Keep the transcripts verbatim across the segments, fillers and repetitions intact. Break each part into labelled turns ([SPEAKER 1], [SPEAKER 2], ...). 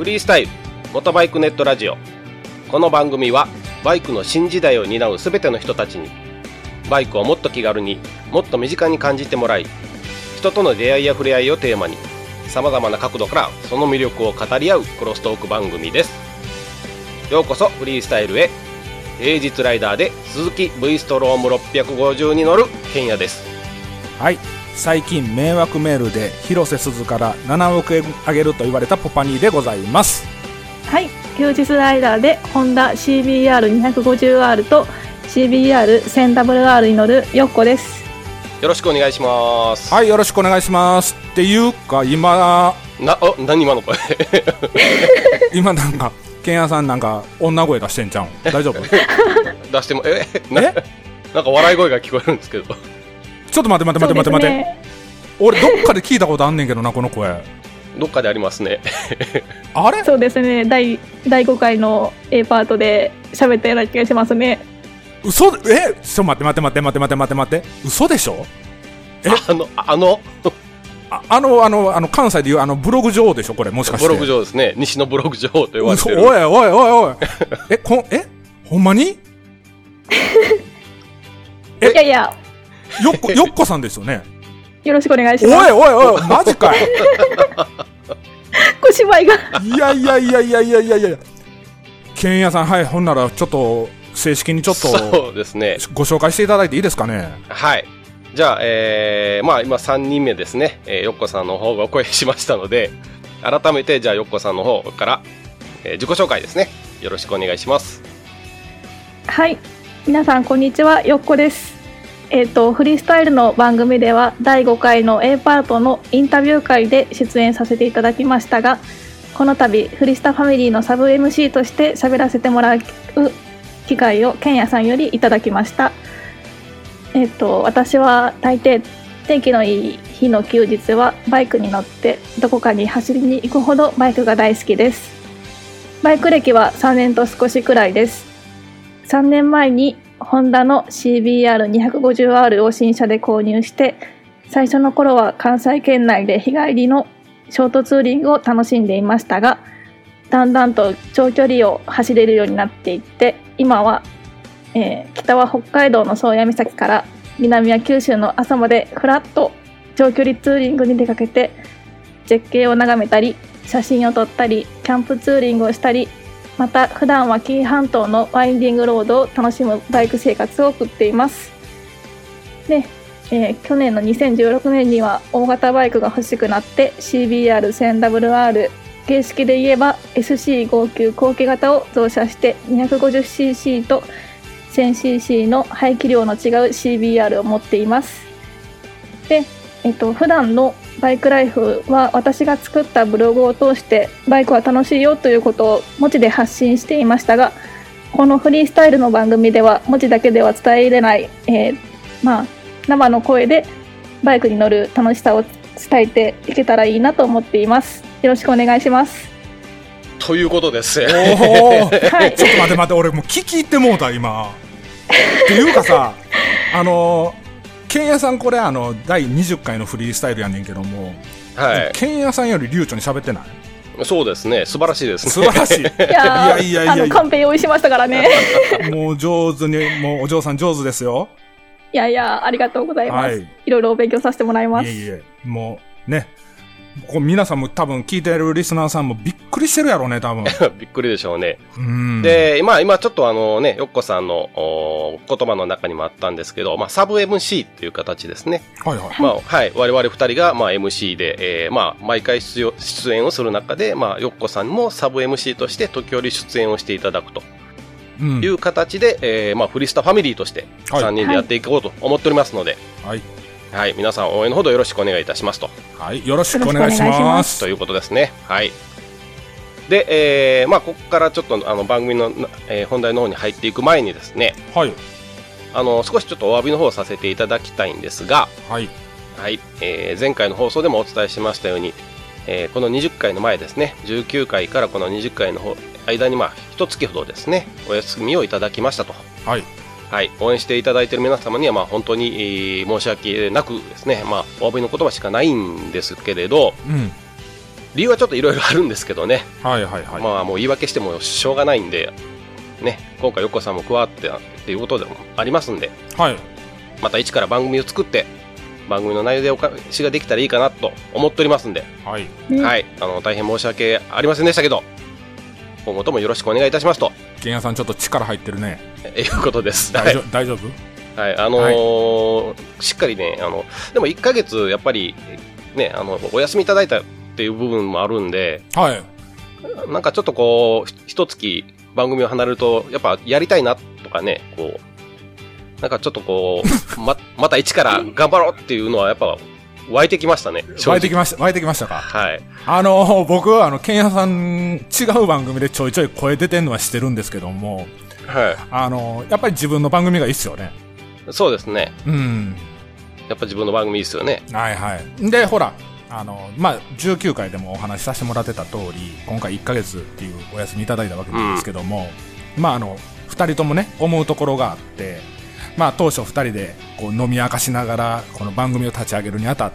[SPEAKER 1] リースタイルモトバイクネットラジオ。この番組はバイクの新時代を担うすべての人たちにバイクをもっと気軽にもっと身近に感じてもらい、人との出会いや触れ合いをテーマにさまざまな角度からその魅力を語り合うクロストーク番組です。ようこそフリースタイルへ。平日ライダーで鈴木 V ストロームろっぴゃくごじゅうに乗るケンヤです。
[SPEAKER 2] はい、最近迷惑メールで広瀬すずからななおくえんあげると言われたポパニーでございます。
[SPEAKER 3] はい、休日ライダーでホンダ シービーアールにひゃくごじゅうアール と シービーアールせんダブリューアール に乗るよっこです。
[SPEAKER 1] よろしくお願いします。
[SPEAKER 2] はい、よろしくお願いします。っていうか今
[SPEAKER 1] な、お、何今の声
[SPEAKER 2] 今なんかケンヤさんなんか女声出してんちゃうん？大丈夫？
[SPEAKER 1] 出してもえな、なんか笑い声が聞こえるんですけど。
[SPEAKER 2] ちょっと待って待って待って待って待って、ね、俺どっかで聞いたことあんねんけどなこの声。
[SPEAKER 1] どっかでありますね
[SPEAKER 3] あれ？そうですね、第だいごかいの A パートで喋ったような気がしますね。
[SPEAKER 2] 嘘？え？ちょっと待って待って待って待って待って待って待って、嘘でしょ？
[SPEAKER 1] え？あのあの
[SPEAKER 2] ああのあのあの関西でいうあのブログ女王でしょこれ、もしかして。
[SPEAKER 1] ブログ女王ですね。西のブログ女王と言われてる。
[SPEAKER 2] おいおいおいおいえこえほんまに
[SPEAKER 3] えいやいや
[SPEAKER 2] よっこよっこさんですよね。
[SPEAKER 3] よろしくお願いします。
[SPEAKER 2] おいおいおいマジかい
[SPEAKER 3] 小芝居が
[SPEAKER 2] いやいやいやいやいやいやいやケンヤさん、はい、ほんならちょっと正式にちょっと
[SPEAKER 1] そうですね、
[SPEAKER 2] ご紹介していただいていいですかね。
[SPEAKER 1] はい、じゃあ、えー、まあ今さんにんめですね、えー、よっこさんの方がお声しましたので、改めてじゃあよっこさんの方から、えー、自己紹介ですね、よろしくお願いします。
[SPEAKER 3] はい、皆さんこんにちは、よっこです。えーと、フリースタイルの番組ではだいごかいの A パートのインタビュー会で出演させていただきましたが、この度フリスタファミリーのサブ エムシー として喋らせてもらう機会をケンヤさんよりいただきました。えーと、私は大抵天気のいい日の休日はバイクに乗ってどこかに走りに行くほどバイクが大好きです。バイク歴はさんねんと少しくらいです。さんねんまえにホンダの シービーアールにひゃくごじゅうアール を新車で購入して、最初の頃は関西圏内で日帰りのショートツーリングを楽しんでいましたが、だんだんと長距離を走れるようになっていって、今は、えー、北は北海道の宗谷岬から南は九州の阿蘇までふらっと長距離ツーリングに出かけて、絶景を眺めたり写真を撮ったりキャンプツーリングをしたり、また普段は紀伊半島のワインディングロードを楽しむバイク生活を送っています。で、えー、去年のにせんじゅうろくねんには大型バイクが欲しくなって シービーアールせんダブリューアール 形式で言えば エスシーごじゅうきゅう 後期型を増車して にひゃくごじゅっシーシー と せんシーシー の排気量の違う シービーアール を持っています。で、えっと、普段のバイクライフは私が作ったブログを通してバイクは楽しいよということを文字で発信していましたが、このフリースタイルの番組では文字だけでは伝えれない、えー、まあ生の声でバイクに乗る楽しさを伝えていけたらいいなと思っています。よろしくお願いします。
[SPEAKER 1] ということです
[SPEAKER 2] おー、はい、ちょっと待って待って、俺もう聞き入ってもうた今っていうかさ、あのーケンヤさん、これあのだいにじゅっかいのフリースタイルやねんけども、はい、ケンヤさんより流暢に喋ってない？
[SPEAKER 1] そうですね、素晴らしいですね。
[SPEAKER 2] 素晴らしい。い
[SPEAKER 3] やいやいやいや、あのカンペ用意しましたからね
[SPEAKER 2] もう上手に、もうお嬢さん上手ですよ。
[SPEAKER 3] いやいや、ありがとうございます、はい、いろいろお勉強させてもらいます。
[SPEAKER 2] いえいえ、もうね、こう皆さんも多分聞いてるリスナーさんもびっくりしてるやろうね、多分
[SPEAKER 1] びっくりでしょうね。うん、で、まあ、今ちょっとあのね、よっこさんの言葉の中にもあったんですけど、まあ、サブ エムシー っていう形ですね。はいはい。まあ、はい、我々二人がまあ エムシー で、えー、まあ、毎回出演をする中で、まあ、よっこさんもサブ エムシー として時折出演をしていただくという形で、うん、えー、まあ、フリスタファミリーとしてさんにんでやっていこうと思っておりますので、はい。はい、皆さん応援のほどよろしくお願いいたしますと。
[SPEAKER 2] はい、よろしくお願いします。
[SPEAKER 1] ということですね。はい。で、えー、まあここからちょっとあの番組の、えー、本題の方に入っていく前にですね、はい。あの少しちょっとお詫びの方をさせていただきたいんですが、はい。はい、えー、前回の放送でもお伝えしましたように、えー、このにじゅっかいの前ですね、じゅうきゅうかいからこのにじゅっかいの方間にまあいっかげつほどですね、お休みをいただきましたと。はい。はい、応援していただいている皆様にはまあ本当に、えー、申し訳なくですね、まあ、お詫びの言葉しかないんですけれど、うん、 理由はちょっといろいろあるんですけどね。
[SPEAKER 2] はいはいはい。
[SPEAKER 1] まあもう言い訳してもしょうがないんで、ね、今回横さんも加わってっていうことでもありますんで、
[SPEAKER 2] はい。
[SPEAKER 1] また一から番組を作って、番組の内容でお返しができたらいいかなと思っておりますんで、
[SPEAKER 2] はい。
[SPEAKER 1] はい。あの、大変申し訳ありませんでしたけど、今後ともよろしくお願いいたしますと。
[SPEAKER 2] ケンヤさんちょっと力入ってるね。
[SPEAKER 1] えいうことです。
[SPEAKER 2] 大丈夫、大丈夫？
[SPEAKER 1] はい。あのーはい、しっかりね、あの、でもいっかげつやっぱり、ね、あの、お休みいただいたっていう部分もあるんで、
[SPEAKER 2] はい。
[SPEAKER 1] なんかちょっとこう、一月番組を離れると、やっぱやりたいなとかね、こう、なんかちょっとこう、ま、また一から頑張ろうっていうのはやっぱ湧いてきましたね。
[SPEAKER 2] 湧いてきました、湧いてきましたか。
[SPEAKER 1] はい。
[SPEAKER 2] あの、僕、あの、ケンヤさん、違う番組でちょいちょい声出てんのはしてるんですけども、
[SPEAKER 1] はい。
[SPEAKER 2] あの、やっぱり自分の番組がいいっすよね。
[SPEAKER 1] そうですね。
[SPEAKER 2] うん。
[SPEAKER 1] やっぱ自分の番組いいっすよね。
[SPEAKER 2] はいはい。で、ほら、あの、まあ、じゅうきゅうかいでもお話しさせてもらってた通り、今回いっかげつっていうお休みいただいたわけなんですけども、うん、まあ、あの、二人ともね、思うところがあって、まあ、当初二人でこう飲み明かしながら、この番組を立ち上げるにあたって、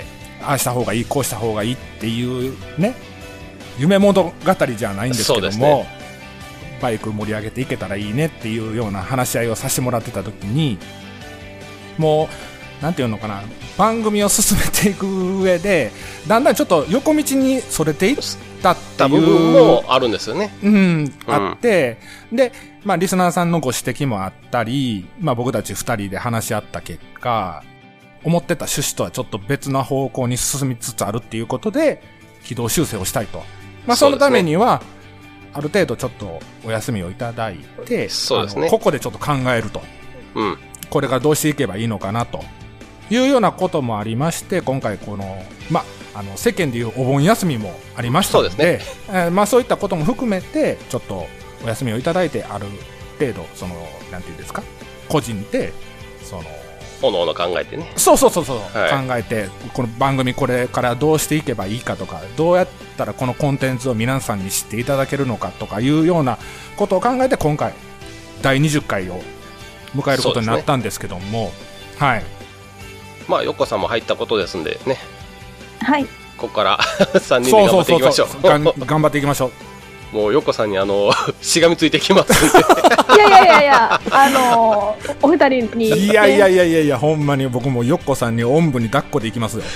[SPEAKER 2] ああした方がいい、こうした方がいいっていうね、夢物語じゃないんですけども、ね、バイク盛り上げていけたらいいねっていうような話し合いをさせてもらってた時に、もう、なんていうのかな、番組を進めていく上で、だんだんちょっと横道にそれていったっていう
[SPEAKER 1] 部分もあるんですよね。
[SPEAKER 2] うん、あって、で、まあ、リスナーさんのご指摘もあったり、まあ、僕たち二人で話し合った結果、思ってた趣旨とはちょっと別な方向に進みつつあるっていうことで、軌道修正をしたいと。まあ、そのためには、ある程度ちょっとお休みをいただいて、
[SPEAKER 1] そうですね。
[SPEAKER 2] ここでちょっと考えると。
[SPEAKER 1] うん。こ
[SPEAKER 2] れからどうしていけばいいのかなというようなこともありまして、今回この、まあ、あの世間でいうお盆休みもありましたので、そうですね。えー、まあそういったことも含めてちょっとお休みをいただいて、ある程度そのなんていうんですか、個人でその
[SPEAKER 1] おのおの考えてね、
[SPEAKER 2] そうそうそうそう、はい、考えてこの番組これからどうしていけばいいかとか、どうやったらこのコンテンツを皆さんに知っていただけるのかとかいうようなことを考えて、今回だいにじゅっかいを迎えることになったんですけども、ね、はい。
[SPEAKER 1] まあ、よっこさんも入ったことですんでね。
[SPEAKER 3] はい。
[SPEAKER 1] ここからさんにんで頑張っていきましょう。
[SPEAKER 2] そうそうそうそう頑張っていきましょ
[SPEAKER 1] う。もうよっこさんにあのしがみついてきますん
[SPEAKER 3] で。いやいやいやいや、あのー、お二人に。
[SPEAKER 2] いやいやいやいやいや、ほんまに僕もよっこさんにおんぶに抱っこでいきますよ。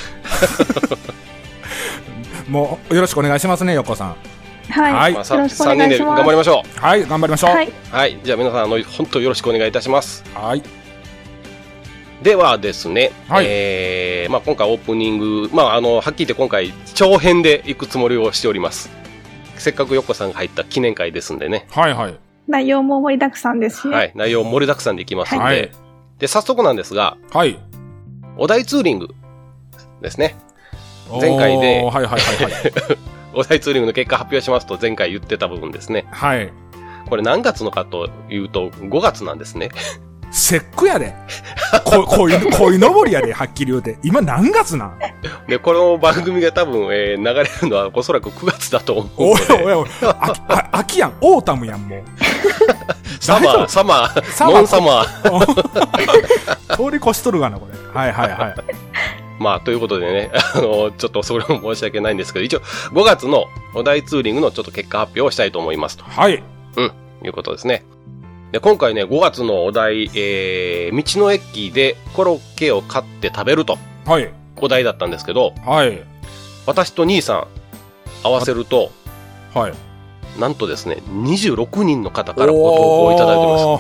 [SPEAKER 2] もうよろしくお願いしますね、よっこさん。
[SPEAKER 3] はい。はい、
[SPEAKER 1] まあ、さんにんで頑張りましょう。
[SPEAKER 2] はい、頑張りましょう。はい。
[SPEAKER 1] はい、じゃあ皆さん、あの本当よろしくお願いいたします。
[SPEAKER 2] はい。
[SPEAKER 1] ではですね、
[SPEAKER 2] はい、
[SPEAKER 1] えーまあ、今回オープニング、まあ、あのはっきり言って今回長編で行くつもりをしております。せっかくよっこさんが入った記念会ですんでね。
[SPEAKER 2] はいはい。
[SPEAKER 3] 内容も盛りだくさんですね。
[SPEAKER 1] はい、内容盛りだくさんでいきますんで、
[SPEAKER 2] はい、
[SPEAKER 1] で早速なんですが、
[SPEAKER 2] はい、
[SPEAKER 1] お題ツーリングですね。前回で、
[SPEAKER 2] はいはいはいはい、
[SPEAKER 1] お題ツーリングの結果発表しますと前回言ってた部分ですね。
[SPEAKER 2] はい。
[SPEAKER 1] これ何月のかというとごがつなんですね。
[SPEAKER 2] 節句やで。こ、こい、こいのぼりやで、はっきり言うて。今何月なん
[SPEAKER 1] で、この番組が多分、えー、流れるのはおそらくくがつだと思う。
[SPEAKER 2] おいおいおい、あ、秋やん、オータムやん、もう。
[SPEAKER 1] サマー、サマー、ノンサマー。
[SPEAKER 2] 通り越しとるがな、これ。はいはいはい。
[SPEAKER 1] まあ、ということでね、あの、ちょっとそれも申し訳ないんですけど、一応、ごがつのお題ツーリングのちょっと結果発表をしたいと思いますと。
[SPEAKER 2] はい。
[SPEAKER 1] うん、いうことですね。で、今回ね、ごがつのお題、えー、道の駅でコロッケを買って食べると。
[SPEAKER 2] はい。
[SPEAKER 1] お題だったんですけど、
[SPEAKER 2] はい。
[SPEAKER 1] 私と兄さん合わせると、
[SPEAKER 2] はい。
[SPEAKER 1] なんとですね、にじゅうろくにんの方からご投稿いただいてます。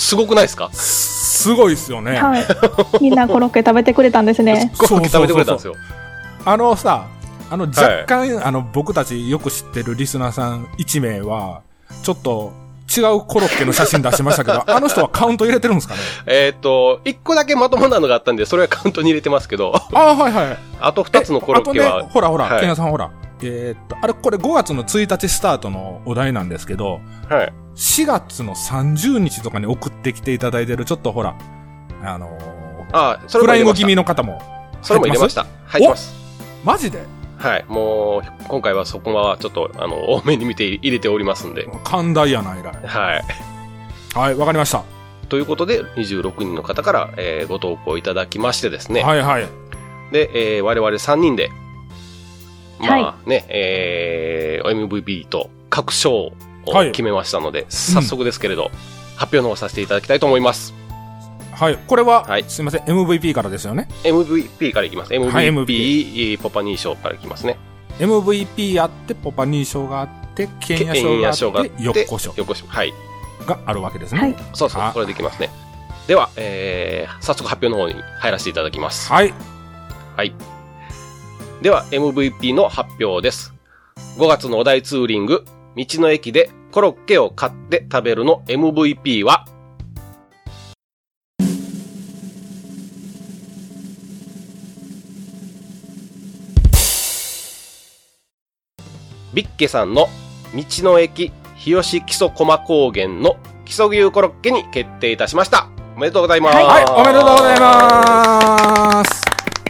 [SPEAKER 1] すごくないですか？
[SPEAKER 2] すごいですよね。
[SPEAKER 3] はい。みんなコロッケ食べてくれたんですね。
[SPEAKER 1] コロッケ食べてくれたんですよ。
[SPEAKER 2] あのさ、あの若干、はい、あの僕たちよく知ってるリスナーさんいち名は、ちょっと、違うコロッケの写真出しましたけど、あの人はカウント入れてるんですかね？
[SPEAKER 1] えっと、一個だけまともなのがあったんで、それはカウントに入れてますけど。
[SPEAKER 2] ああ、はいはい。
[SPEAKER 1] あと二つのコロッケは。
[SPEAKER 2] あとね、ほらほら、ケンヤさんほら。えー、っと、あれ、これごがつのついたちスタートのお題なんですけど、
[SPEAKER 1] はい。
[SPEAKER 2] しがつのさんじゅうにちとかに送ってきていただいてる、ちょっとほら、あのー、
[SPEAKER 1] あそれ
[SPEAKER 2] フライング気味の方も。
[SPEAKER 1] それも入れました。入ってます。
[SPEAKER 2] マジで？
[SPEAKER 1] はい。もう、今回はそこはちょっと、あの、多めに見て入れておりますんで。
[SPEAKER 2] 寛大やな、偉い。
[SPEAKER 1] はい。
[SPEAKER 2] はい、わかりました。
[SPEAKER 1] ということで、にじゅうろくにんの方から、えー、ご投稿いただきましてですね。
[SPEAKER 2] はいはい。
[SPEAKER 1] で、えー、我々さんにんで、 まあね、はい、えー、エムブイピー と各賞を決めましたので、はい、早速ですけれど、うん、発表の方させていただきたいと思います。
[SPEAKER 2] はい、これは、はい、すみません、エムブイピー からですよね。
[SPEAKER 1] エムブイピー からいきます。エムブイピー、はい、エムブイピー ポパニー賞からいきますね。
[SPEAKER 2] エムブイピー あって、ポパニー賞があって、ケンヤ賞があって、ヨッコ賞。
[SPEAKER 1] ヨッコ賞。はい。
[SPEAKER 2] があるわけですね。
[SPEAKER 3] はい、
[SPEAKER 1] そうそう、これできますね。では、えー、早速発表の方に入らせていただきます。
[SPEAKER 2] はい。
[SPEAKER 1] はい。では、エムブイピー の発表です。ごがつのお題ツーリング、道の駅でコロッケを買って食べるの エムブイピー は、ビッケさんの道の駅日吉木曽駒高原の木曽牛コロッケに決定いたしました。おめでとうございます。
[SPEAKER 2] はい、おめでとうございます。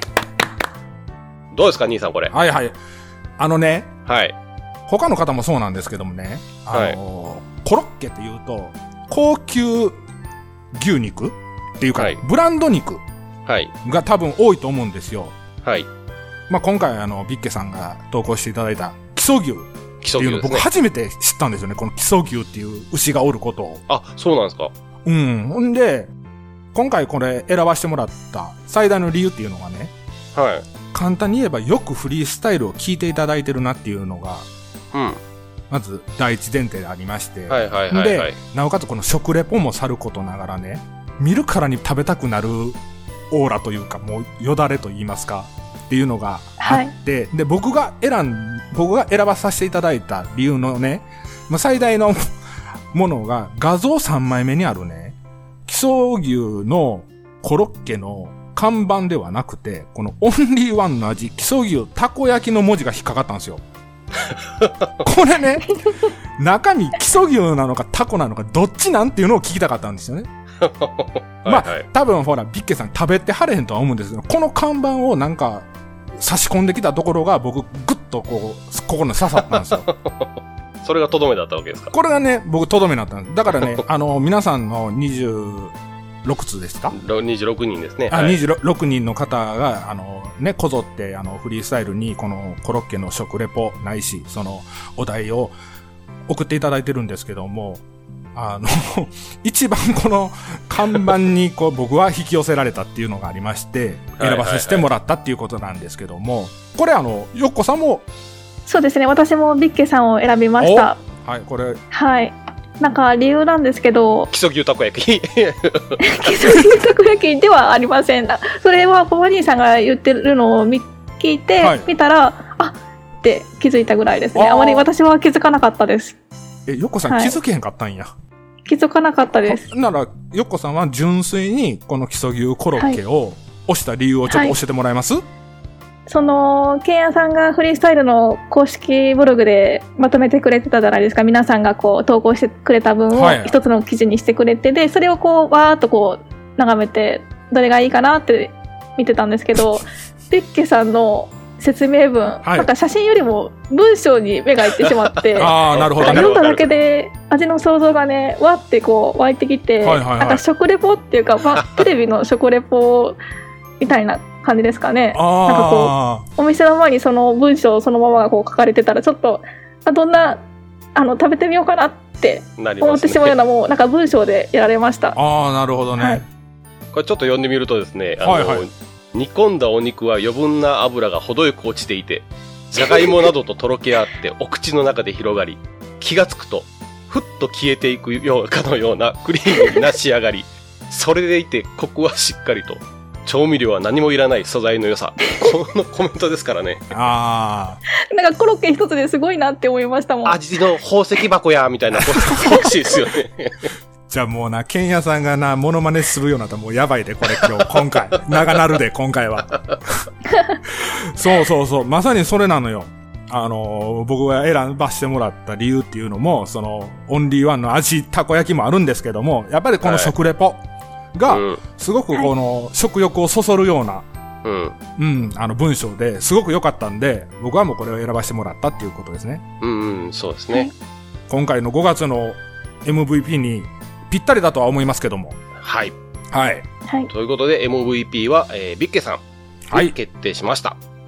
[SPEAKER 1] どうですか兄さんこれ。
[SPEAKER 2] はいはい。あのね、
[SPEAKER 1] はい。
[SPEAKER 2] 他の方もそうなんですけどもね、あのーはい、コロッケっていうと高級牛肉っていうか、はい、ブランド肉が多分多いと思うんですよ。はい。まあ今回あのビッケさんが投稿していただいた木曽牛っていうの僕初めて知ったんですよね。この木曽牛っていう牛がおることを。
[SPEAKER 1] あ、そうなんですか。
[SPEAKER 2] うん。ほんで、今回これ選ばせてもらった最大の理由っていうのがね、はい。簡単に言えばよくフリースタイルを聞いていただいてるなっていうのが、うん。まず第一前提でありまして、はいはいはい、はい。で、なおかつこの食レポもさることながらね、見るからに食べたくなるオーラというか、もうよだれと言いますか、っていうのがあって、はい、で、僕が選ん、僕が選ばさせていただいた理由のね、まあ、最大のものが画像さんまいめにあるね、木曽牛のコロッケの看板ではなくて、このオンリーワンの味、木曽牛たこ焼きの文字が引っかかったんですよ。これね、中身木曽牛なのかタコなのかどっちなんていうのを聞きたかったんですよね。まあ、はいはい、多分ほら、ビッケさん食べてはれへんとは思うんですけど、この看板をなんか差し込んできたところが僕グッとこう、心に刺さったんですよ。
[SPEAKER 1] それがとどめだったわけですか？
[SPEAKER 2] これがね、僕とどめだったんです。だからね、あの、皆さんのにじゅうろくつですか？
[SPEAKER 1] にじゅうろくにんですね。
[SPEAKER 2] あ、はい、にじゅうろくにんの方が、あの、ね、こぞって、あの、フリースタイルに、このコロッケの食レポないし、その、お題を送っていただいてるんですけども、あの、一番この看板に、こう、僕は引き寄せられたっていうのがありまして、選ばせてもらったっていうことなんですけども、これあの、よっこさんも、
[SPEAKER 3] そうですね、私もビッケさんを選びました。
[SPEAKER 2] はい、これ。
[SPEAKER 3] はい。なんか理由なんですけど、
[SPEAKER 1] 木曽牛たこ焼き木
[SPEAKER 3] 曽牛たこ焼きではありません。それはポパ兄さんが言ってるのを聞いて、はい、見たらあって気づいたぐらいですね。 あ, あまり私は気づかなかったです。
[SPEAKER 2] え、よっこさん、はい、気づけへんかったんや。
[SPEAKER 3] 気づかなかったです。
[SPEAKER 2] ならよっこさんは純粋にこの木曽牛コロッケを推した理由をちょっと教えてもらえます？はい、
[SPEAKER 3] そのケンヤさんがフリースタイルの公式ブログでまとめてくれてたじゃないですか。皆さんがこう投稿してくれた分を一つの記事にしてくれて、でそれをこうわーっとこう眺めてどれがいいかなって見てたんですけど、ビッケさんの説明文、はい、なんか写真よりも文章に目がいってしまって
[SPEAKER 2] あー、なるほどね、
[SPEAKER 3] 読んだだけで味の想像がねわってこう湧いてきて、はいはいはい、なんか食レポっていうか、まあ、テレビの食レポみたいな感じですかね。なんかこうお店の前にその文章そのままこう書かれてたらちょっとあどんなあの食べてみようかなって思ってしまうような、もうなんか文章でやられました。
[SPEAKER 2] ああ、なるほどね、はい、
[SPEAKER 1] これちょっと読んでみるとですね、あの、はいはい、煮込んだお肉は余分な油が程よく落ちていて、じゃがいもなどととろけ合ってお口の中で広がり、気がつくとふっと消えていくようかのようなクリームな仕上がり、それでいてコクはしっかりと、調味料は何もいらない素材の良さ。このコメントですからね。
[SPEAKER 2] あ
[SPEAKER 3] あ。なんかコロッケ一つですごいなって思いましたもん。
[SPEAKER 1] 味の宝石箱やみたいなこと欲しいですよね。
[SPEAKER 2] じゃあもうな、ケンヤさんがな、モノマネするようになったらもうやばいで、これ今日、今回。長なるで、今回は。そうそうそう。まさにそれなのよ。あのー、僕が選ばしてもらった理由っていうのも、その、オンリーワンの味、たこ焼きもあるんですけども、やっぱりこの食レポ。はいが、うん、すごくこの、はい、食欲をそそるような、うん、うん、あの文章ですごく良かったんで、僕はもうこれを選ばせてもらったっていうことですね。
[SPEAKER 1] うん、うん、そうですね。
[SPEAKER 2] 今回のごがつの エムブイピー にぴったりだとは思いますけども。
[SPEAKER 1] はい。
[SPEAKER 2] はい。
[SPEAKER 1] はい、ということで エムブイピー は、えー、ビッケさんに決定しました。はい、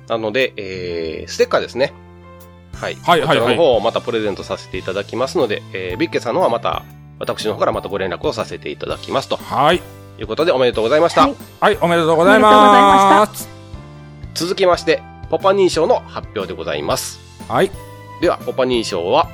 [SPEAKER 1] なので、えー、ステッカーですね。はい。
[SPEAKER 2] はいはいはい。
[SPEAKER 1] こちらの方をまたプレゼントさせていただきますので、えー、ビッケさんの方はまた、私の方からまたご連絡をさせていただきますと。
[SPEAKER 2] はい。
[SPEAKER 1] いうことでおめでとうございました。はい、
[SPEAKER 2] はい、おめでとうございます。
[SPEAKER 1] 続きまして、ポパ認証の発表でございます。
[SPEAKER 2] はい。
[SPEAKER 1] では、ポパ認証は、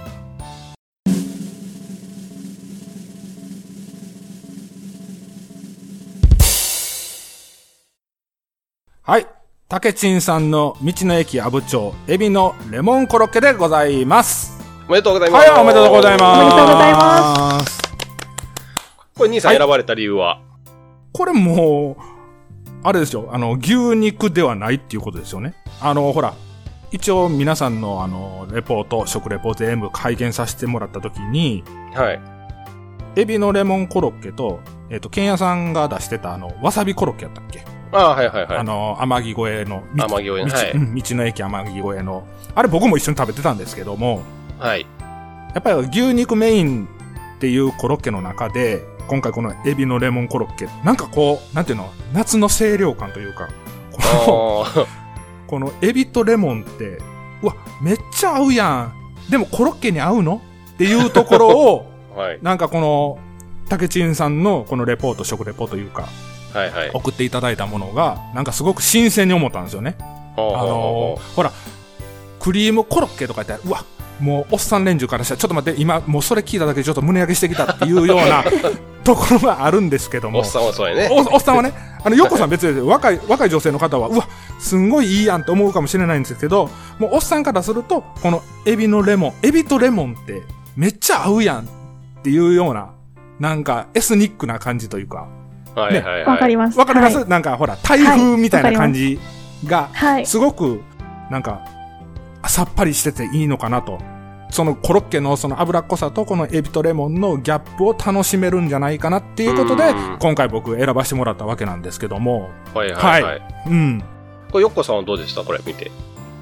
[SPEAKER 2] はい。たけちんさんの道の駅阿武町エビのレモンコロッケでございます。
[SPEAKER 1] おめでとうございます。
[SPEAKER 2] はい、おめでとうございます。
[SPEAKER 3] おめでとうございます。
[SPEAKER 1] これ兄さん選ばれた理由は、はい、
[SPEAKER 2] これもう、あれですよ。あの、牛肉ではないっていうことですよね。あの、ほら、一応皆さんのあの、レポート、食レポ全部拝見させてもらったときに、
[SPEAKER 1] はい。
[SPEAKER 2] エビのレモンコロッケと、えっと、ケンヤさんが出してたあの、わさびコロッケやったっけ？
[SPEAKER 1] ああ、はいはいはい。
[SPEAKER 2] あの、天城越えの。
[SPEAKER 1] 天城越えの。はい。
[SPEAKER 2] うん、道の駅天城越えの。あれ僕も一緒に食べてたんですけども。
[SPEAKER 1] はい。
[SPEAKER 2] やっぱり牛肉メインっていうコロッケの中で、今回このエビのレモンコロッケ、なんかこう、なんていうの、夏の清涼感というか、この、このエビとレモンって、うわ、めっちゃ合うやん。でもコロッケに合うのっていうところを、はい、なんかこの、たけちんさんのこのレポート、食レポというか、はいはい、送っていただいたものが、なんかすごく新鮮に思ったんですよね。あのー、ほら、クリームコロッケとか言って、うわ、もうおっさん連中からしたら、ちょっと待って、今、もうそれ聞いただけでちょっと胸焼けしてきたっていうようなところがあるんですけども。
[SPEAKER 1] おっさんはそうやね。
[SPEAKER 2] お, おっさんはね、あの、ヨッコさん別に若い、若い女性の方は、うわ、すんごいいいやんって思うかもしれないんですけど、もうおっさんからすると、このエビのレモン、エビとレモンってめっちゃ合うやんっていうような、なんかエスニックな感じというか。
[SPEAKER 3] はいはいはい。わ、ね、かります。
[SPEAKER 2] わかります、はい、なんかほら、台風みたいな感じが、すごく、なんか、さっぱりしてていいのかなと。そのコロッケのその脂っこさとこのエビとレモンのギャップを楽しめるんじゃないかなっていうことで、今回僕選ばせてもらったわけなんですけども。
[SPEAKER 1] はいはいはい。はい、
[SPEAKER 2] うん。
[SPEAKER 1] これ、ヨッコさんはどうでしたこれ見て。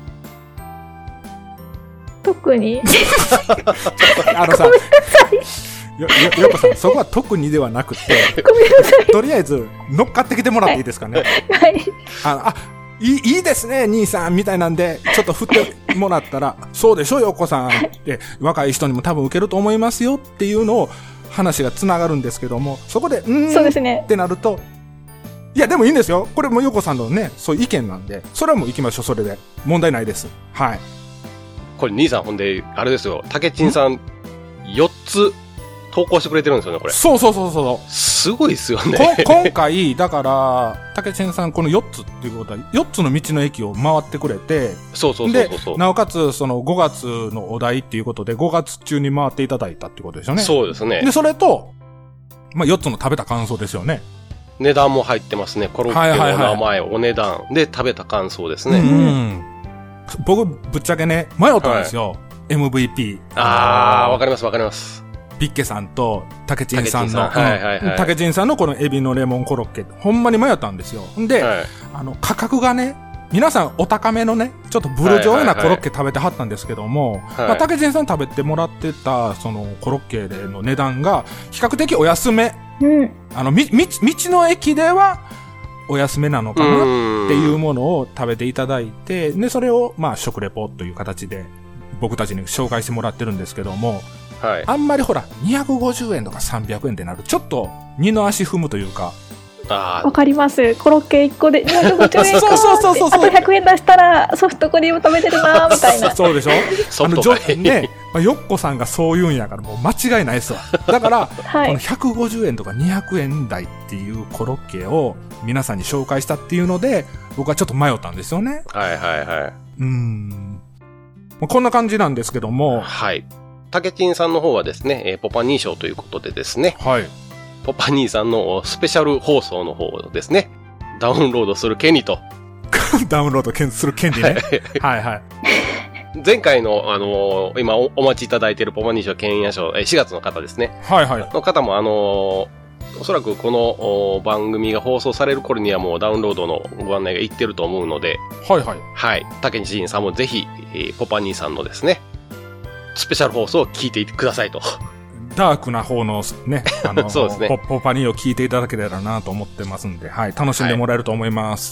[SPEAKER 3] 特に。
[SPEAKER 2] あのさ、よ、よ、よこさん、そこは特にではなくて、
[SPEAKER 3] ごめんなさい。
[SPEAKER 2] とりあえず乗っかってきてもらっていいですかね。
[SPEAKER 3] はい。
[SPEAKER 2] あの、あ、いい、いいですね、兄さん、みたいなんで、ちょっと振ってもらったら、そうでしょ、よこさんって、若い人にも多分受けると思いますよっていうのを、話がつながるんですけども、そこで、うーん、そうですね。ってなると、いや、でもいいんですよ。これもよこさんのね、そういう意見なんで、それはもう行きましょう、それで。問題ないです。はい。
[SPEAKER 1] これ、兄さん、ほんで、あれですよ、たけちんさん、よっつ、投稿してくれてるんですよね、これ。
[SPEAKER 2] そうそうそうそう。
[SPEAKER 1] すごいっすよね。
[SPEAKER 2] 今回、だから、たけちんさん、このよっつっていうことは、よっつの道の駅を回ってくれて、
[SPEAKER 1] そうそうそうそう。
[SPEAKER 2] で、なおかつ、そのごがつのお題っていうことで、ごがつ中に回っていただいたっていうことですよね。
[SPEAKER 1] そうですね。
[SPEAKER 2] で、それと、まあ、よっつの食べた感想ですよね。
[SPEAKER 1] 値段も入ってますね。コロッケの名前、お値段で食べた感想ですね。
[SPEAKER 2] うん、うん。僕、ぶっちゃけね、迷ったんですよ。はい、エムブイピー。
[SPEAKER 1] あー、わかりますわかります。
[SPEAKER 2] ビッケさんとたけちんさんの、たけちんさんのこのエビのレモンコロッケ、ほんまに迷ったんですよ。で、はい、あの、価格がね、皆さんお高めのね、ちょっとブルジョーなコロッケ食べてはったんですけども、まあ、たけちんさん食べてもらってた、そのコロッケでの値段が、比較的お安め。うん、あの、み、み、道の駅では、お安めなのかなっていうものを食べていただいて、で、それを、まあ、食レポという形で、僕たちに紹介してもらってるんですけども、はい、あんまりほら、にひゃくごじゅうえんとかさんびゃくえんってなる。ちょっと、二の足踏むというか。
[SPEAKER 3] わかります。コロッケいっこでにひゃくごじゅうえんか
[SPEAKER 2] そうそうそうそう。
[SPEAKER 3] あとひゃくえん出したら、ソフトクリーム食べてるなみたいな。
[SPEAKER 2] そうでしょあの、ね、まあ、よっこさんがそう言うんやから、もう間違いないですわ。だから、はい、このひゃくごじゅうえんとかにひゃくえん台っていうコロッケを皆さんに紹介したっていうので、僕はちょっと迷ったんですよね。
[SPEAKER 1] はいはいはい。
[SPEAKER 2] うーん。こんな感じなんですけども。
[SPEAKER 1] はい。たけちんさんの方はですね、えー、ポパ認証ということでですね。はい。ポパ兄さんのスペシャル放送の方ですね。ダウンロードする権利と。
[SPEAKER 2] ダウンロードする権利ね。はいはい。
[SPEAKER 1] 前回の、あのー、今お待ちいただいているポパ認証権威賞、しがつの方ですね。はいはい。の方も、あのー、おそらくこの番組が放送される頃にはもうダウンロードのご案内がいってると思うので。はいはい。はい。たけちんさんもぜひ、えー、ポパ兄さんのですね、スペシャル放送を聞いてくださいと。
[SPEAKER 2] ダークな方のね、あの、そうですね、ポ, ポパニーを聞いていただけたらなと思ってますんで、はい、楽しんでもらえると思います。
[SPEAKER 1] はい、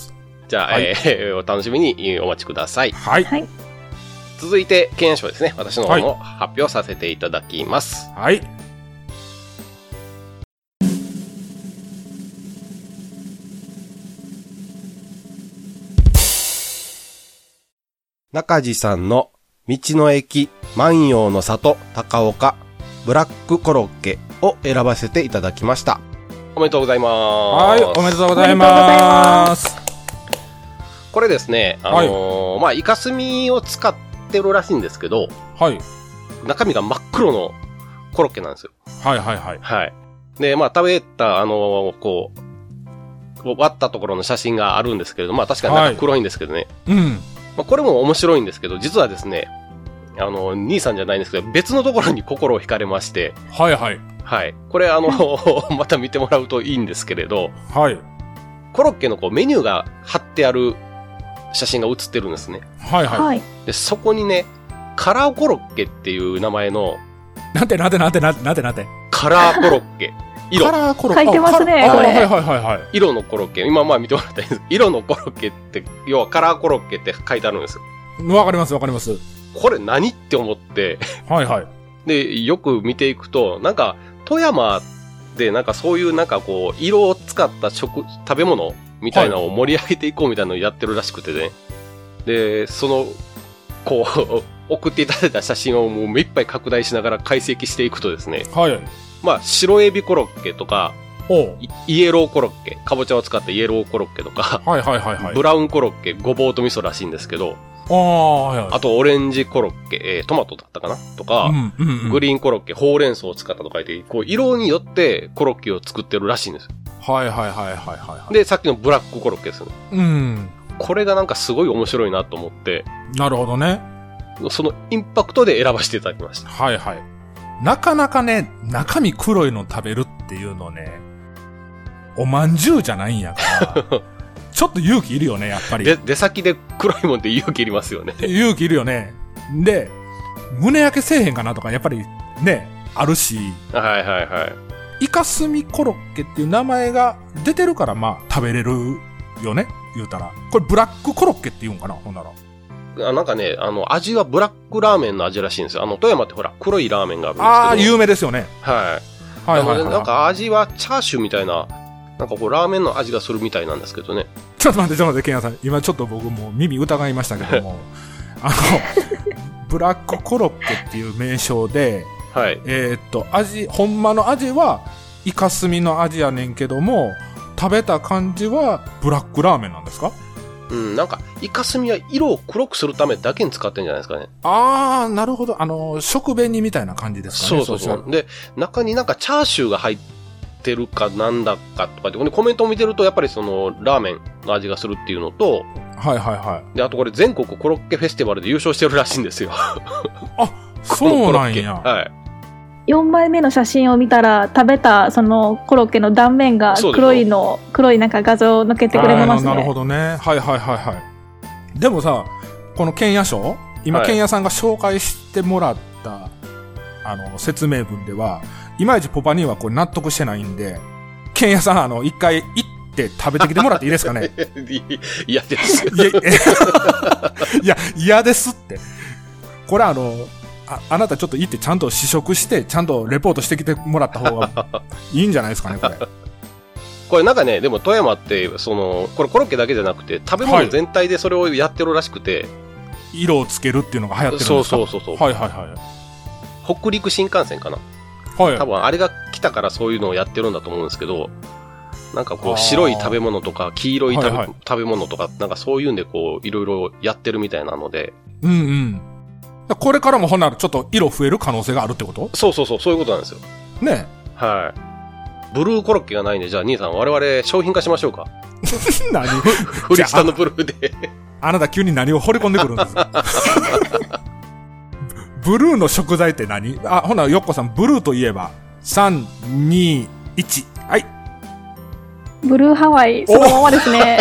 [SPEAKER 1] じゃあ、はい、えー、お楽しみにお待ちください。
[SPEAKER 2] はい。はい、
[SPEAKER 1] 続いて、検証ですね。私の方も発表させていただきます。
[SPEAKER 2] はい。
[SPEAKER 1] 中地さんの道の駅万葉の里高岡ブラックコロッケを選ばせていただきました。おめでとうございます。
[SPEAKER 2] はい、おめでとうございます。
[SPEAKER 1] これですね、あのーはい、まあ、イカスミを使ってるらしいんですけど、
[SPEAKER 2] はい。
[SPEAKER 1] 中身が真っ黒のコロッケなんですよ。
[SPEAKER 2] はいはいはい。
[SPEAKER 1] はい。で、まあ、食べた、あのー、こう、割ったところの写真があるんですけれど、まあ、確かに中黒いんですけどね。
[SPEAKER 2] はい、うん。
[SPEAKER 1] まあ、これも面白いんですけど、実はですね、あの、兄さんじゃないんですけど、別のところに心を惹かれまして。
[SPEAKER 2] はいはい。
[SPEAKER 1] はい。これあの、また見てもらうといいんですけれど。
[SPEAKER 2] はい。
[SPEAKER 1] コロッケのこうメニューが貼ってある写真が写ってるんですね。
[SPEAKER 2] はいはい。
[SPEAKER 1] で、そこにね、カラーコロッケっていう名前の。
[SPEAKER 2] なんてなんてなんてなんてなんてなんて。
[SPEAKER 1] カラーコロッケ。
[SPEAKER 2] 色。カラーコロッ
[SPEAKER 3] ケ。書いてますね、これ。
[SPEAKER 2] はいはいはいはい。
[SPEAKER 1] 色のコロッケ。今まあ見てもらったらいいんです。色のコロッケって、要はカラーコロッケって書いてあるんですよ。
[SPEAKER 2] わかりますわかります。
[SPEAKER 1] これ何って思って。
[SPEAKER 2] はいはい。
[SPEAKER 1] で、よく見ていくと、なんか、富山でなんかそういうなんかこう、色を使った食、食べ物みたいなのを盛り上げていこうみたいなのをやってるらしくてね。で、その、こう、送っていただいた写真をもう目いっぱい拡大しながら解析していくとですね。
[SPEAKER 2] はい。
[SPEAKER 1] まあ、白エビコロッケとか、イエローコロッケ、かぼちゃを使ったイエローコロッケとか、
[SPEAKER 2] はいはいはいはい。
[SPEAKER 1] ブラウンコロッケ、ごぼうと味噌らしいんですけど、
[SPEAKER 2] ああ、はいはい。
[SPEAKER 1] あと、オレンジコロッケ、えー、トマトだったかなとか、うんうんうん、グリーンコロッケ、ほうれん草を使ったとか言って、こう、色によってコロッケを作ってるらしいんですよ。
[SPEAKER 2] はいはいはいはいはい。
[SPEAKER 1] で、さっきのブラックコロッケですね。
[SPEAKER 2] うん。
[SPEAKER 1] これがなんかすごい面白いなと思って。
[SPEAKER 2] なるほどね。
[SPEAKER 1] そのインパクトで選ばせていただきました。
[SPEAKER 2] はいはい。なかなかね、中身黒いの食べるっていうのね、おまんじゅうじゃないんやから。ちょっと勇気いるよね、やっぱり。
[SPEAKER 1] で、出先で黒いもんって勇気いりますよね。
[SPEAKER 2] 勇気いるよね。で、胸焼けせえへんかなとか、やっぱりね、あるし。
[SPEAKER 1] はいはいはい。
[SPEAKER 2] イカスミコロッケっていう名前が出てるから、まあ、食べれるよね、言うたら。これブラックコロッケって言うんかな、ほんなら。
[SPEAKER 1] あなんかね、あの、味はブラックラーメンの味らしいんですよ。あの、富山ってほら、黒いラーメンがあるんですけど。ああ、
[SPEAKER 2] 有名ですよね。
[SPEAKER 1] はい。はいはいはい、はい。なんか味はチャーシューみたいな、なんかこう、ラーメンの味がするみたいなんですけどね。
[SPEAKER 2] ちょっと待って、ちょっと待って、ケンヤさん。今ちょっと僕も耳疑いましたけども、あの、ブラックコロッケっていう名称で、
[SPEAKER 1] はい。
[SPEAKER 2] えー、っと、味、ほんまの味は、イカスミの味やねんけども、食べた感じは、ブラックラーメンなんですか？
[SPEAKER 1] うん、なんか、イカスミは色を黒くするためだけに使ってるんじゃないですかね。
[SPEAKER 2] あー、なるほど。あの、食紅みたいな感じですかね。
[SPEAKER 1] そうそうそう。で、中になんかチャーシューが入ってるかなんだかとかで、コメントを見てると、やっぱりその、ラーメンの味がするっていうのと、
[SPEAKER 2] はいはいはい。
[SPEAKER 1] で、あとこれ全国コロッケフェスティバルで優勝してるらしいんですよ。
[SPEAKER 2] あ、そうなんや。
[SPEAKER 1] はい。
[SPEAKER 3] よんまいめの写真を見たら、食べたそのコロッケの断面が黒いの、黒いなんか画像を載っけてくれてますね。
[SPEAKER 2] なるほどね。はいはいはいはい。でもさ、このケンヤ賞、今、はい、ケンヤさんが紹介してもらった、あの、説明文では、いまいちポパにはこれ納得してないんで、ケンヤさん、あの、一回行って食べてきてもらっていいですかね。
[SPEAKER 1] 嫌です。
[SPEAKER 2] いや、嫌ですって。これあの、あ, あなたちょっと行ってちゃんと試食してちゃんとレポートしてきてもらった方がいいんじゃないですかねこれ。
[SPEAKER 1] これなんかね、でも富山ってそのこれコロッケだけじゃなくて食べ物全体でそれをやってるらしくて、はい、
[SPEAKER 2] 色をつけるっていうのが流行ってるんですか？
[SPEAKER 1] そうそうそうそう。
[SPEAKER 2] はいはいはい。
[SPEAKER 1] 北陸新幹線かな。はい。多分あれが来たからそういうのをやってるんだと思うんですけど、なんかこう白い食べ物とか黄色い食べ、はいはい、食べ物とかなんかそういうんでこういろいろやってるみたいなので。
[SPEAKER 2] うんうん。これからもほんならちょっと色増える可能性があるってこと？
[SPEAKER 1] そうそうそう、そういうことなんですよ。
[SPEAKER 2] ね
[SPEAKER 1] え。はい。ブルーコロッケがないんで、じゃあ兄さん我々商品化しましょうか。
[SPEAKER 2] 何？
[SPEAKER 1] フリスタのブルーで。
[SPEAKER 2] あなた急に何を掘り込んでくるんですか？ブルーの食材って何？あ、ほな、よっこさん、ブルーといえば、さん、に、いち。はい。
[SPEAKER 3] ブルーハワイ、そのままですね。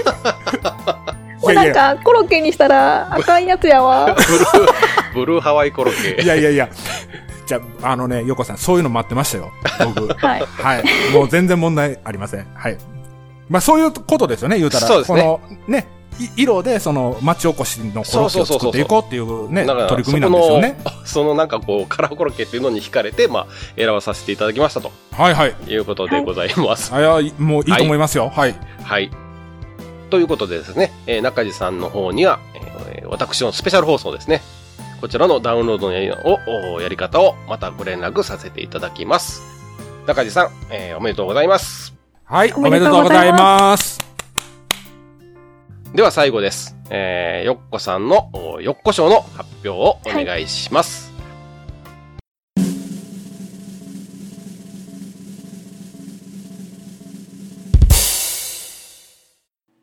[SPEAKER 3] なんかコロッケにしたらあかんやつやわ。
[SPEAKER 1] ブルー、ブルーハワイコロッケ。
[SPEAKER 2] いやいやいや。じゃあ、あのね、よこさん、そういうの待ってましたよ。僕。
[SPEAKER 3] はい。
[SPEAKER 2] はい。もう全然問題ありません。はい。 まあそういうことですよね、言うたら。
[SPEAKER 1] そうですね。
[SPEAKER 2] この、ね、色でその町おこしのコロッケを作っていこうっていうね、取り組みなんですよね。
[SPEAKER 1] そのなんかこう、カラーコロッケっていうのに惹かれて、まあ、選ばさせていただきましたと。
[SPEAKER 2] はいはい。
[SPEAKER 1] いうことでございます。
[SPEAKER 2] はい、はい、もういいと思いますよ。はい。
[SPEAKER 1] はい。ということでですね、えー、中地さんの方には、えー、私のスペシャル放送ですね。こちらのダウンロードのやりをやり方をまたご連絡させていただきます。中地さん、えー、おめでとうございます。
[SPEAKER 2] はい、おめでとうございます。
[SPEAKER 1] では最後です。えー、よっこさんのよっこ賞の発表をお願いします。
[SPEAKER 3] はい、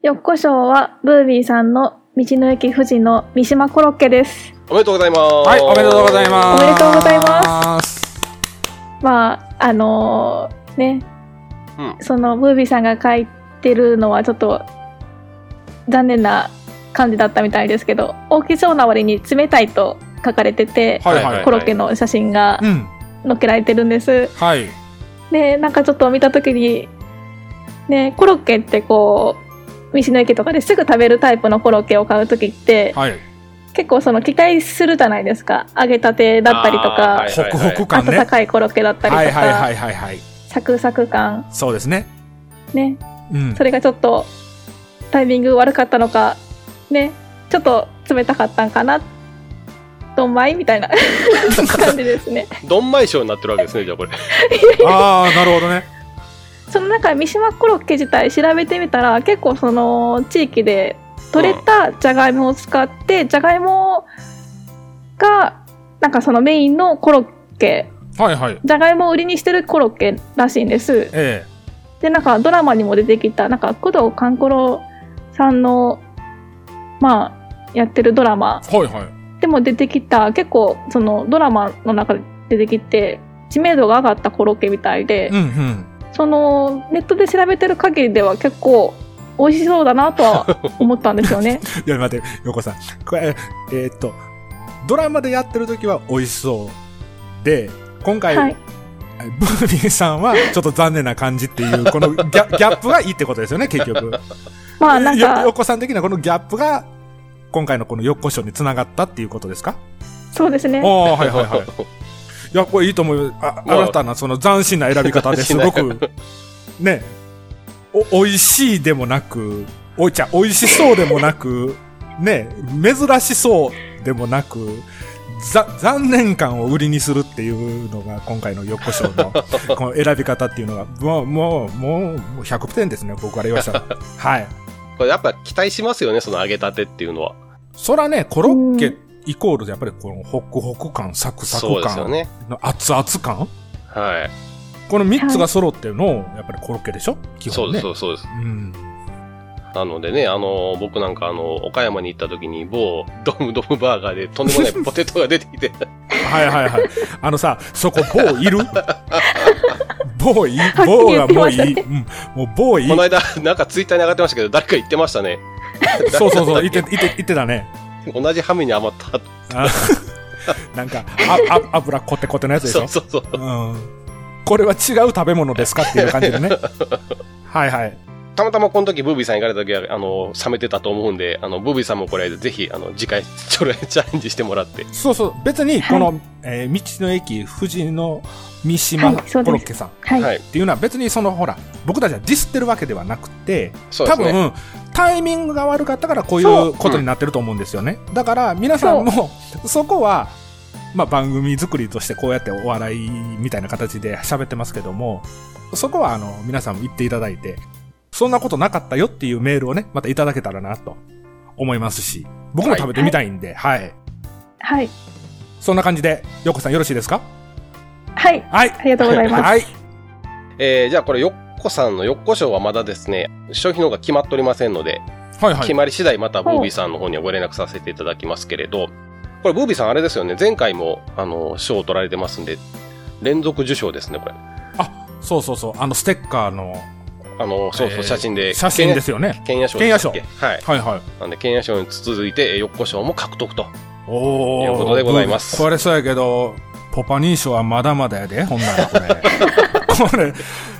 [SPEAKER 3] よっこ賞はブービーさんの道の駅富士の三島コロッケです。
[SPEAKER 1] おめでとうございます。
[SPEAKER 2] はい、おめでとうございます。
[SPEAKER 3] おめでとうございます。まああのー、ね、うん、そのブービーさんが書いてるのはちょっと残念な感じだったみたいですけど、大きそうな割に冷たいと書かれてて、はいはいはい、コロッケの写真が載っけられてるんです、うん、はい。でなんかちょっと見た時にね、コロッケってこう道の駅とかですぐ食べるタイプのコロッケを買う時って、はい、結構その期待するじゃないですか。揚げたてだったりとか、
[SPEAKER 2] ホクホク感ね、
[SPEAKER 3] 温かいコロッケだったりとか、はいはいはいはいはい、サクサク感、
[SPEAKER 2] そうですね。
[SPEAKER 3] ね、うん、それがちょっとタイミング悪かったのかね、ちょっと冷たかったんかな、どんまいみたいな感じですね。
[SPEAKER 1] どんまい賞になってるわけですね、じゃあこれ。
[SPEAKER 2] ああ、なるほどね。
[SPEAKER 3] その中三島コロッケ自体調べてみたら、結構その地域で取れたじゃがいもを使って、うん、じゃがいもがなんかそのメインのコロッケ、はいはい、じゃがいもを売りにしてるコロッケらしいんです、ええ、でなんかドラマにも出てきたなんか工藤官九郎さんのまあやってるドラマ、はいはい、でも出てきた、結構そのドラマの中で出てきて知名度が上がったコロッケみたいで、うんうん、そのネットで調べてる限りでは結構美味しそうだなとは思ったんですよね。
[SPEAKER 2] いや待って、よこさん、これえー、っとドラマでやってる時は美味しそうで、今回、はい、ブービーさんはちょっと残念な感じっていうこのギャ、ギャップがいいってことですよね、結局。まあなんかよこさん的なこのギャップが今回のこのよっこ賞につながったっていうことですか？
[SPEAKER 3] そうですね。
[SPEAKER 2] ああ、はいはいはい。いや、これいいと思う。あ、新たなその斬新な選び方ですごくね、お美味しいでもなく、おいちゃ美味しそうでもなく、ね、珍しそうでもなく、ざ残念感を売りにするっていうのが今回のよっこ賞のこの選び方っていうのがもうもうもうひゃくてんですね、僕から言わせたら。はい。こ
[SPEAKER 1] れやっぱ期待しますよね、その揚げたてっていうのは。
[SPEAKER 2] そらね、コロッケイコールでやっぱりこのホクホク感、サクサク感、ね、熱々感、はい。このみっつが揃ってるのやっぱりコロッケでしょ、基本ね。
[SPEAKER 1] そうですそうです。うん。なのでね、あのー、僕なんかあのー、岡山に行った時に某ドムドムバーガーでとんでもないポテトが出てきて。
[SPEAKER 2] はいはいはい。あのさ、そこ某いる某い某がもういい、うん、もう某いい。
[SPEAKER 1] この間、なんかツイッターに上がってましたけど、誰か言ってましたね。
[SPEAKER 2] そうそうそう、言って、言って、言ってたね。
[SPEAKER 1] 同じハムに余った。
[SPEAKER 2] なんか、あ、あ、油コテコテのやつでしょ。そうそうそう。うん。これは違う食べ物ですかっていう感じでね。はいはい。
[SPEAKER 1] たまたまこの時ブービーさん行かれた時は、あの、冷めてたと思うんで、あの、ブービーさんもこれぜひ、あの、次回、ちょろチャレンジしてもらって。
[SPEAKER 2] そうそう。別に、この、はい、えー、道の駅、富士の三島コロッケさん。はい。はい、っていうのは別にその、ほら、僕たちはディスってるわけではなくて、そうですね、多分、タイミングが悪かったからこういうことになってると思うんですよね。うん、だから、皆さんも、そこは、まあ、番組作りとしてこうやってお笑いみたいな形で喋ってますけども、そこは、あの、皆さんも言っていただいて、そんなことなかったよっていうメールをね、またいただけたらなと思いますし、僕も食べてみたいんで、はい。はい。はい、そんな感じで、よっこさんよろしいですか？
[SPEAKER 3] はい。はい。ありがとうございます。はい。
[SPEAKER 1] えー、じゃあこれよっこさんのよっこ賞はまだですね、商品の方が決まっておりませんので、はいはい。決まり次第またブービーさんの方にはご連絡させていただきますけれど、これブービーさんあれですよね、前回も、あの、賞を取られてますんで、連続受賞ですね、これ。
[SPEAKER 2] あ、そうそうそう、あの、ステッカーの、
[SPEAKER 1] あの、そうそう、写真で。
[SPEAKER 2] 写真ですよね。
[SPEAKER 1] 県野賞
[SPEAKER 2] でしたっけ。
[SPEAKER 1] 県野賞。はい。はいはい。なんで、県野賞に続いて、よっこ賞も獲得と。おー。いうことでございます。
[SPEAKER 2] これそうやけど、ポパニー賞はまだまだやで、ほんならこれ。これ、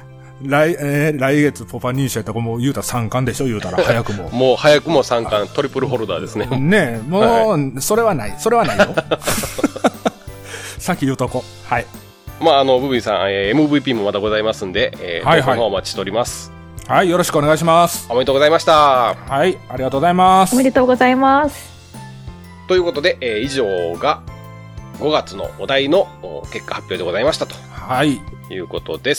[SPEAKER 2] 来、えー、来月ポパ認証やったらもう言うたらさん冠でしょ言うたら早くも。
[SPEAKER 1] もう早くもさん冠、トリプルホルダーですね。
[SPEAKER 2] ねえ、もう、はい、それはない。それはないよ。さっき言うとこ。はい。
[SPEAKER 1] まあ、あの、ブビーさん、えー、エムブイピー もまだございますんで、えー、はいはい、お待ちしております。
[SPEAKER 2] はい、よろしくお願いします。
[SPEAKER 1] おめでとうございました。
[SPEAKER 2] はい、ありがとうございます。
[SPEAKER 3] おめでとうございます。
[SPEAKER 1] ということで、えー、以上がごがつのお題の結果発表でございましたと。
[SPEAKER 2] はい。
[SPEAKER 1] いうことです。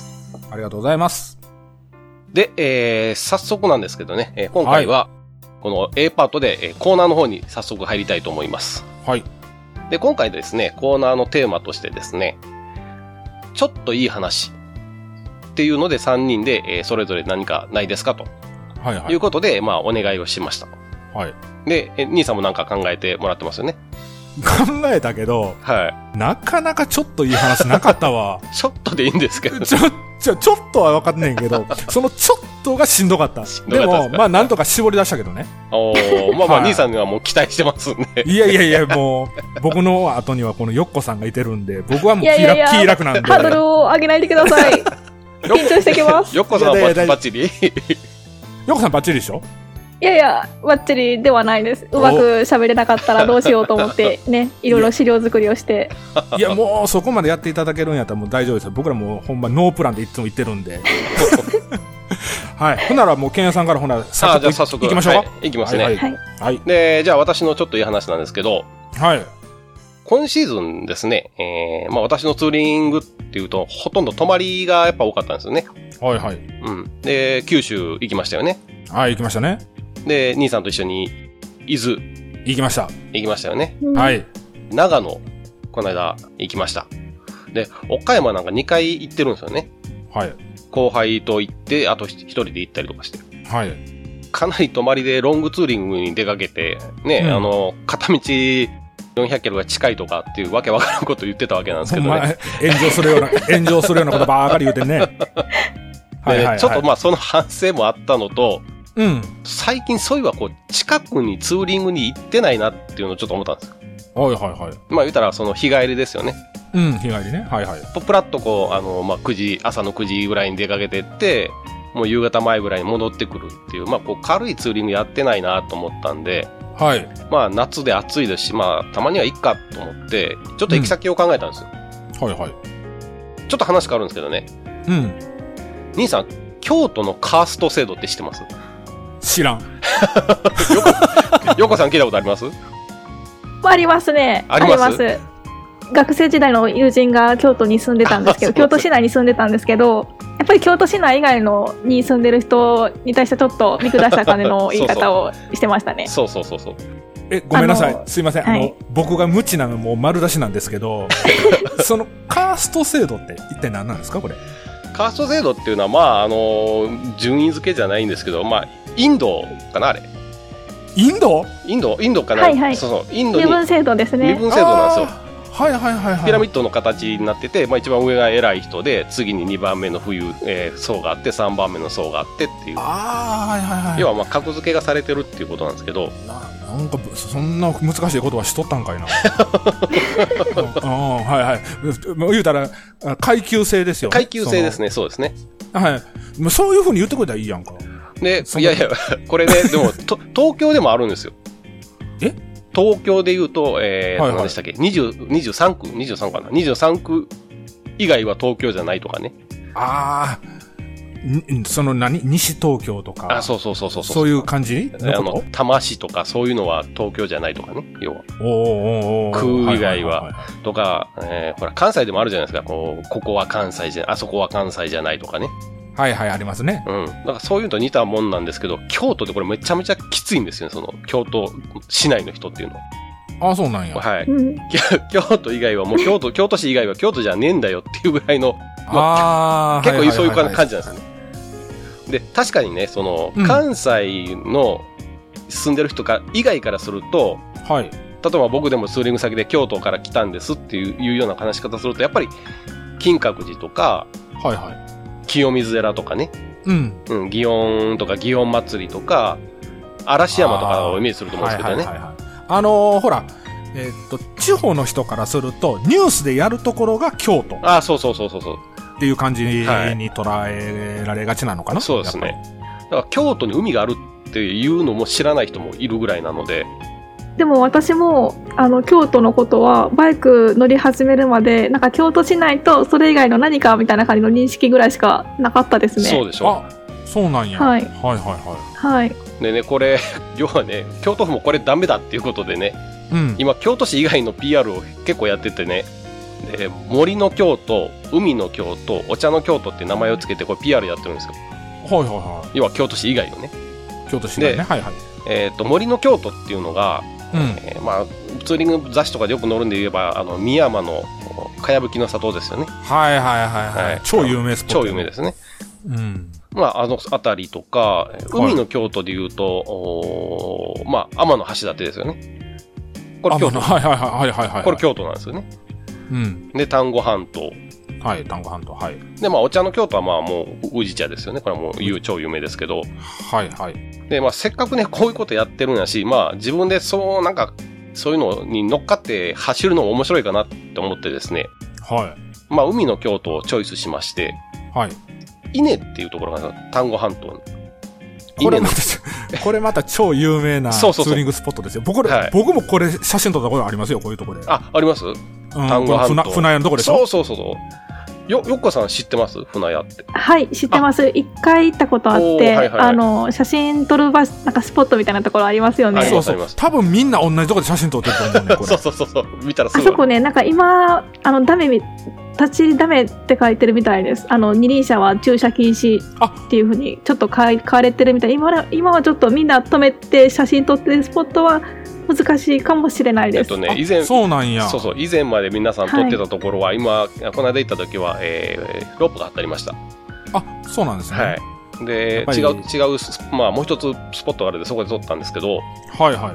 [SPEAKER 2] ありがとうございます。
[SPEAKER 1] で、えー、早速なんですけどね、えー、今回は、この A パートで、えー、コーナーの方に早速入りたいと思います。
[SPEAKER 2] はい。
[SPEAKER 1] で、今回ですね、コーナーのテーマとしてですね、ちょっといい話っていうのでさんにんで、えー、それぞれ何かないですかと。はいはい。いうことで、まあ、お願いをしました。
[SPEAKER 2] はい。
[SPEAKER 1] で、え兄さんもなんか考えてもらってますよね。
[SPEAKER 2] 考えたけど、はい。なかなかちょっといい話なかったわ。
[SPEAKER 1] ちょっとでいいんですけど。
[SPEAKER 2] ちょ、ちょ、ちょっとは分かんねんけど、そのちょっとがしんどかった。でも、まあなんとか絞り出したけどね。
[SPEAKER 1] おー、まあまあ、兄さんにはもう期待してますんで。
[SPEAKER 2] いやいやいや、もう、僕の後にはこのヨッコさんがいてるんで、僕はもう気楽、気楽なんで。
[SPEAKER 3] ハードルを上げないでください。緊張してきます。
[SPEAKER 1] ヨッコさんはバッチリヨ
[SPEAKER 2] ッコさんバッチリでしょ？
[SPEAKER 3] いやいや、バッチリではないです。うまく喋れなかったらどうしようと思ってね、いろいろ資料作りをして。
[SPEAKER 2] いや、もうそこまでやっていただけるんやったらもう大丈夫ですよ。僕らもうほんまノープランでいつも言ってるんで。はい。ほんならもう、ケンヤさんからほんなら早速、早速行きましょうか。はい、
[SPEAKER 1] 行きますね。はい。
[SPEAKER 2] はい。
[SPEAKER 1] で、じゃあ私のちょっといい話なんですけど。
[SPEAKER 2] はい。
[SPEAKER 1] 今シーズンですね、えー、まあ私のツーリングっていうと、ほとんど泊まりがやっぱ多かったんですよね。
[SPEAKER 2] はいはい。
[SPEAKER 1] うん。で、九州行きましたよね。
[SPEAKER 2] はい、行きましたね。
[SPEAKER 1] で、兄さんと一緒に、伊豆。
[SPEAKER 2] 行きました。
[SPEAKER 1] 行きましたよね。
[SPEAKER 2] はい。
[SPEAKER 1] 長野、この間行きました。で、岡山なんかにかい行ってるんですよね。
[SPEAKER 2] はい。
[SPEAKER 1] 後輩と行って、あと一人で行ったりとかして。
[SPEAKER 2] はい。
[SPEAKER 1] かなり泊まりでロングツーリングに出かけて、ね、うん、あの、片道よんひゃくキロが近いとかっていうわけわからんこと言ってたわけなんですけどね。
[SPEAKER 2] 炎上するような、炎上するようなことばーかり言うてんね。はい
[SPEAKER 1] はいはい。ちょっとまあその反省もあったのと、
[SPEAKER 2] うん。
[SPEAKER 1] 最近そういえばこう、近くにツーリングに行ってないなっていうのをちょっと思ったんですよ。
[SPEAKER 2] はいはいはい。
[SPEAKER 1] まあ言ったらその日帰りですよね。
[SPEAKER 2] うん、日帰りね。はいはい。
[SPEAKER 1] プラッとこう、あの、まあくじ、朝のくじぐらいに出かけてって、もう夕方前ぐらいに戻ってくるっていう、まあこう軽いツーリングやってないなと思ったんで、
[SPEAKER 2] はい。
[SPEAKER 1] まあ夏で暑いですし、まあたまにはいっかと思って、ちょっと行き先を考えたんですよ。
[SPEAKER 2] うん、はいはい。
[SPEAKER 1] ちょっと話変わるんですけどね。
[SPEAKER 2] うん。
[SPEAKER 1] 兄さん、京都のカースト制度って知ってます？
[SPEAKER 2] 知らん。
[SPEAKER 1] よこさん聞いたことあります？
[SPEAKER 3] ありますね。
[SPEAKER 1] あります。
[SPEAKER 3] あります。学生時代の友人が京都に住んでたんですけど、京都市内に住んでたんですけど、やっぱり京都市内以外のに住んでる人に対してちょっと見下した感じの言い方をしてましたね。
[SPEAKER 1] そうそうそうそう。
[SPEAKER 2] え、ごめんなさい。すいません。はい、あの、僕が無知なのもう丸出しなんですけど、そのカースト制度って一体何なんですかこれ？
[SPEAKER 1] カースト制度っていうのは、まあ、あの、順位付けじゃないんですけど、まあ、インドかなあれ。
[SPEAKER 2] インド？
[SPEAKER 1] インドインドかな、
[SPEAKER 3] はいはい、
[SPEAKER 1] そうそう。インドに。
[SPEAKER 3] 身分制度ですね。
[SPEAKER 1] 身分制度なんですよ。
[SPEAKER 2] はいはいはいはい。
[SPEAKER 1] ピラミッドの形になってて、まあ一番上が偉い人で、次ににばんめの冬、えー、層があって、さんばんめの層があってっていう。
[SPEAKER 2] ああ、はいはいはい。
[SPEAKER 1] 要はまあ格付けがされてるっていうことなんですけど。
[SPEAKER 2] な、なんか、そんな難しいことはしとったんかいな。うん、はいはい。言うたら、階級制ですよね。
[SPEAKER 1] 階級制ですね、そうですね。
[SPEAKER 2] はい。そういうふうに言ってくれたらいいやんか。
[SPEAKER 1] で、いやいや、これね、でも、と東京でもあるんですよ。
[SPEAKER 2] え？
[SPEAKER 1] 東京で言うと、えー、はいはい、何でしたっけ ?にじゅう、にじゅうさんく ?にじゅうさん かな ?にじゅうさん 区以外は東京じゃないとかね。
[SPEAKER 2] ああ、その何西東京とか。
[SPEAKER 1] あ、そうそうそうそう。
[SPEAKER 2] そういう感じ
[SPEAKER 1] あの、多摩市とかそういうのは東京じゃないとかね。要は。
[SPEAKER 2] おーおーお
[SPEAKER 1] ー区以外は。とか、えー、ほら、関西でもあるじゃないですか。こう、ここは関西じゃ、あそこは関西じゃないとかね。
[SPEAKER 2] はいはい、ありますね。
[SPEAKER 1] うん。だからそういうのと似たもんなんですけど、京都でこれめちゃめちゃきついんですよね、その、京都市内の人っていうのは。
[SPEAKER 2] ああ、そうなんや。
[SPEAKER 1] はい。うん、京都以外はもう京都、京都市以外は京都じゃねえんだよっていうぐらいの、まあ、結構そういう感じなんですね。で、確かにね、その、うん、関西の住んでる人か以外からすると、
[SPEAKER 2] はい。例
[SPEAKER 1] えば僕でもツーリング先で京都から来たんですっていう、いうような話し方すると、やっぱり、金閣寺とか、
[SPEAKER 2] はいはい。
[SPEAKER 1] 清水寺とかね。
[SPEAKER 2] うん。
[SPEAKER 1] うん。祇園とか祇園祭りとか、嵐山とかをイメージすると思うんですけどね。
[SPEAKER 2] はいはいはいはい、あのー、ほら、えー、っと、地方の人からすると、ニュースでやるところが京都。
[SPEAKER 1] ああ、そうそうそうそうそう。
[SPEAKER 2] っていう感じに捉えられがちなのかな、はい、
[SPEAKER 1] そうですね。だから京都に海があるっていうのも知らない人もいるぐらいなので。
[SPEAKER 3] でも私もあの京都のことはバイク乗り始めるまでなんか京都市内とそれ以外の何かみたいな感じの認識ぐらいしかなかったですね。
[SPEAKER 1] そうでしょ。
[SPEAKER 2] あ、そうなんや。
[SPEAKER 3] はい、
[SPEAKER 2] はいはいはい
[SPEAKER 3] はい。
[SPEAKER 1] でね、これ要はね、京都府もこれダメだっていうことでね、うん、今京都市以外の ピーアール を結構やっててね、で森の京都、海の京都、お茶の京都って名前をつけてこれ ピーアール やってるんですよ。
[SPEAKER 2] はいはいはい。
[SPEAKER 1] 要は京都市以外のね。
[SPEAKER 2] 京都市以外ね。はいはい。
[SPEAKER 1] えっと森の京都っていうのが、うん、えー、まあツーリング雑誌とかでよく載るんで言えばあの深山のかやぶきの里ですよね。
[SPEAKER 2] はいはいはいはい。はい、超有名スポット、ね。
[SPEAKER 1] 超有名ですね。
[SPEAKER 2] うん。
[SPEAKER 1] まああの辺りとか海の京都で言うと、はい、おまあ天橋立ですよね。これ京都。
[SPEAKER 2] はいはいはいはいはい。
[SPEAKER 1] これ京都なんですよね。
[SPEAKER 2] うん。
[SPEAKER 1] で丹後半島。
[SPEAKER 2] はい、丹後半島、はい。
[SPEAKER 1] で、まあ、お茶の京都は、まあ、もう、宇治茶ですよね。これはもう、超有名ですけど。
[SPEAKER 2] はいはい。
[SPEAKER 1] で、まあ、せっかくね、こういうことやってるんやし、まあ、自分で、そう、なんか、そういうのに乗っかって走るのも面白いかなって思ってですね。
[SPEAKER 2] はい。
[SPEAKER 1] まあ、海の京都をチョイスしまして。
[SPEAKER 2] はい。
[SPEAKER 1] 伊根っていうところが、丹後半島に。
[SPEAKER 2] これまた、これまた超有名なツーリングスポットですよ。僕これ、はい、僕もこれ写真撮ったことありますよ、こういうところで。
[SPEAKER 1] あ、あります？
[SPEAKER 2] 丹後半島。船屋のところでしょ？
[SPEAKER 1] そうそうそうそう。よ、よっこさん知ってます？船屋って。
[SPEAKER 3] はい、知ってます。一回行ったことあって、はいはいはい、あの、写真撮る場所、なんかスポットみたいなところありますよね。
[SPEAKER 2] そうそう。多分みんな同じところで写真撮ってると思うね、これ。
[SPEAKER 1] そうそうそうそう。見たらす
[SPEAKER 3] ぐ。あそこね、なんか今、あの、ダメ、立ちダメって書いてるみたいです。あの、二輪車は駐車禁止っていうふうにちょっと書かれてるみたい。今は、今はちょっとみんな止めて写真撮ってるスポットは、難しいかもしれないです。
[SPEAKER 1] えっとね、以前、
[SPEAKER 2] そうなんや。
[SPEAKER 1] そうそう、以前まで皆さん撮ってたところは、はい、今、この間行った時は、えー、ロープが張ってありました。
[SPEAKER 2] あ、そうなんですね。
[SPEAKER 1] はい。で、違う、違う、まあ、もう一つスポットがあるんで、そこで撮ったんですけど、
[SPEAKER 2] はいはい。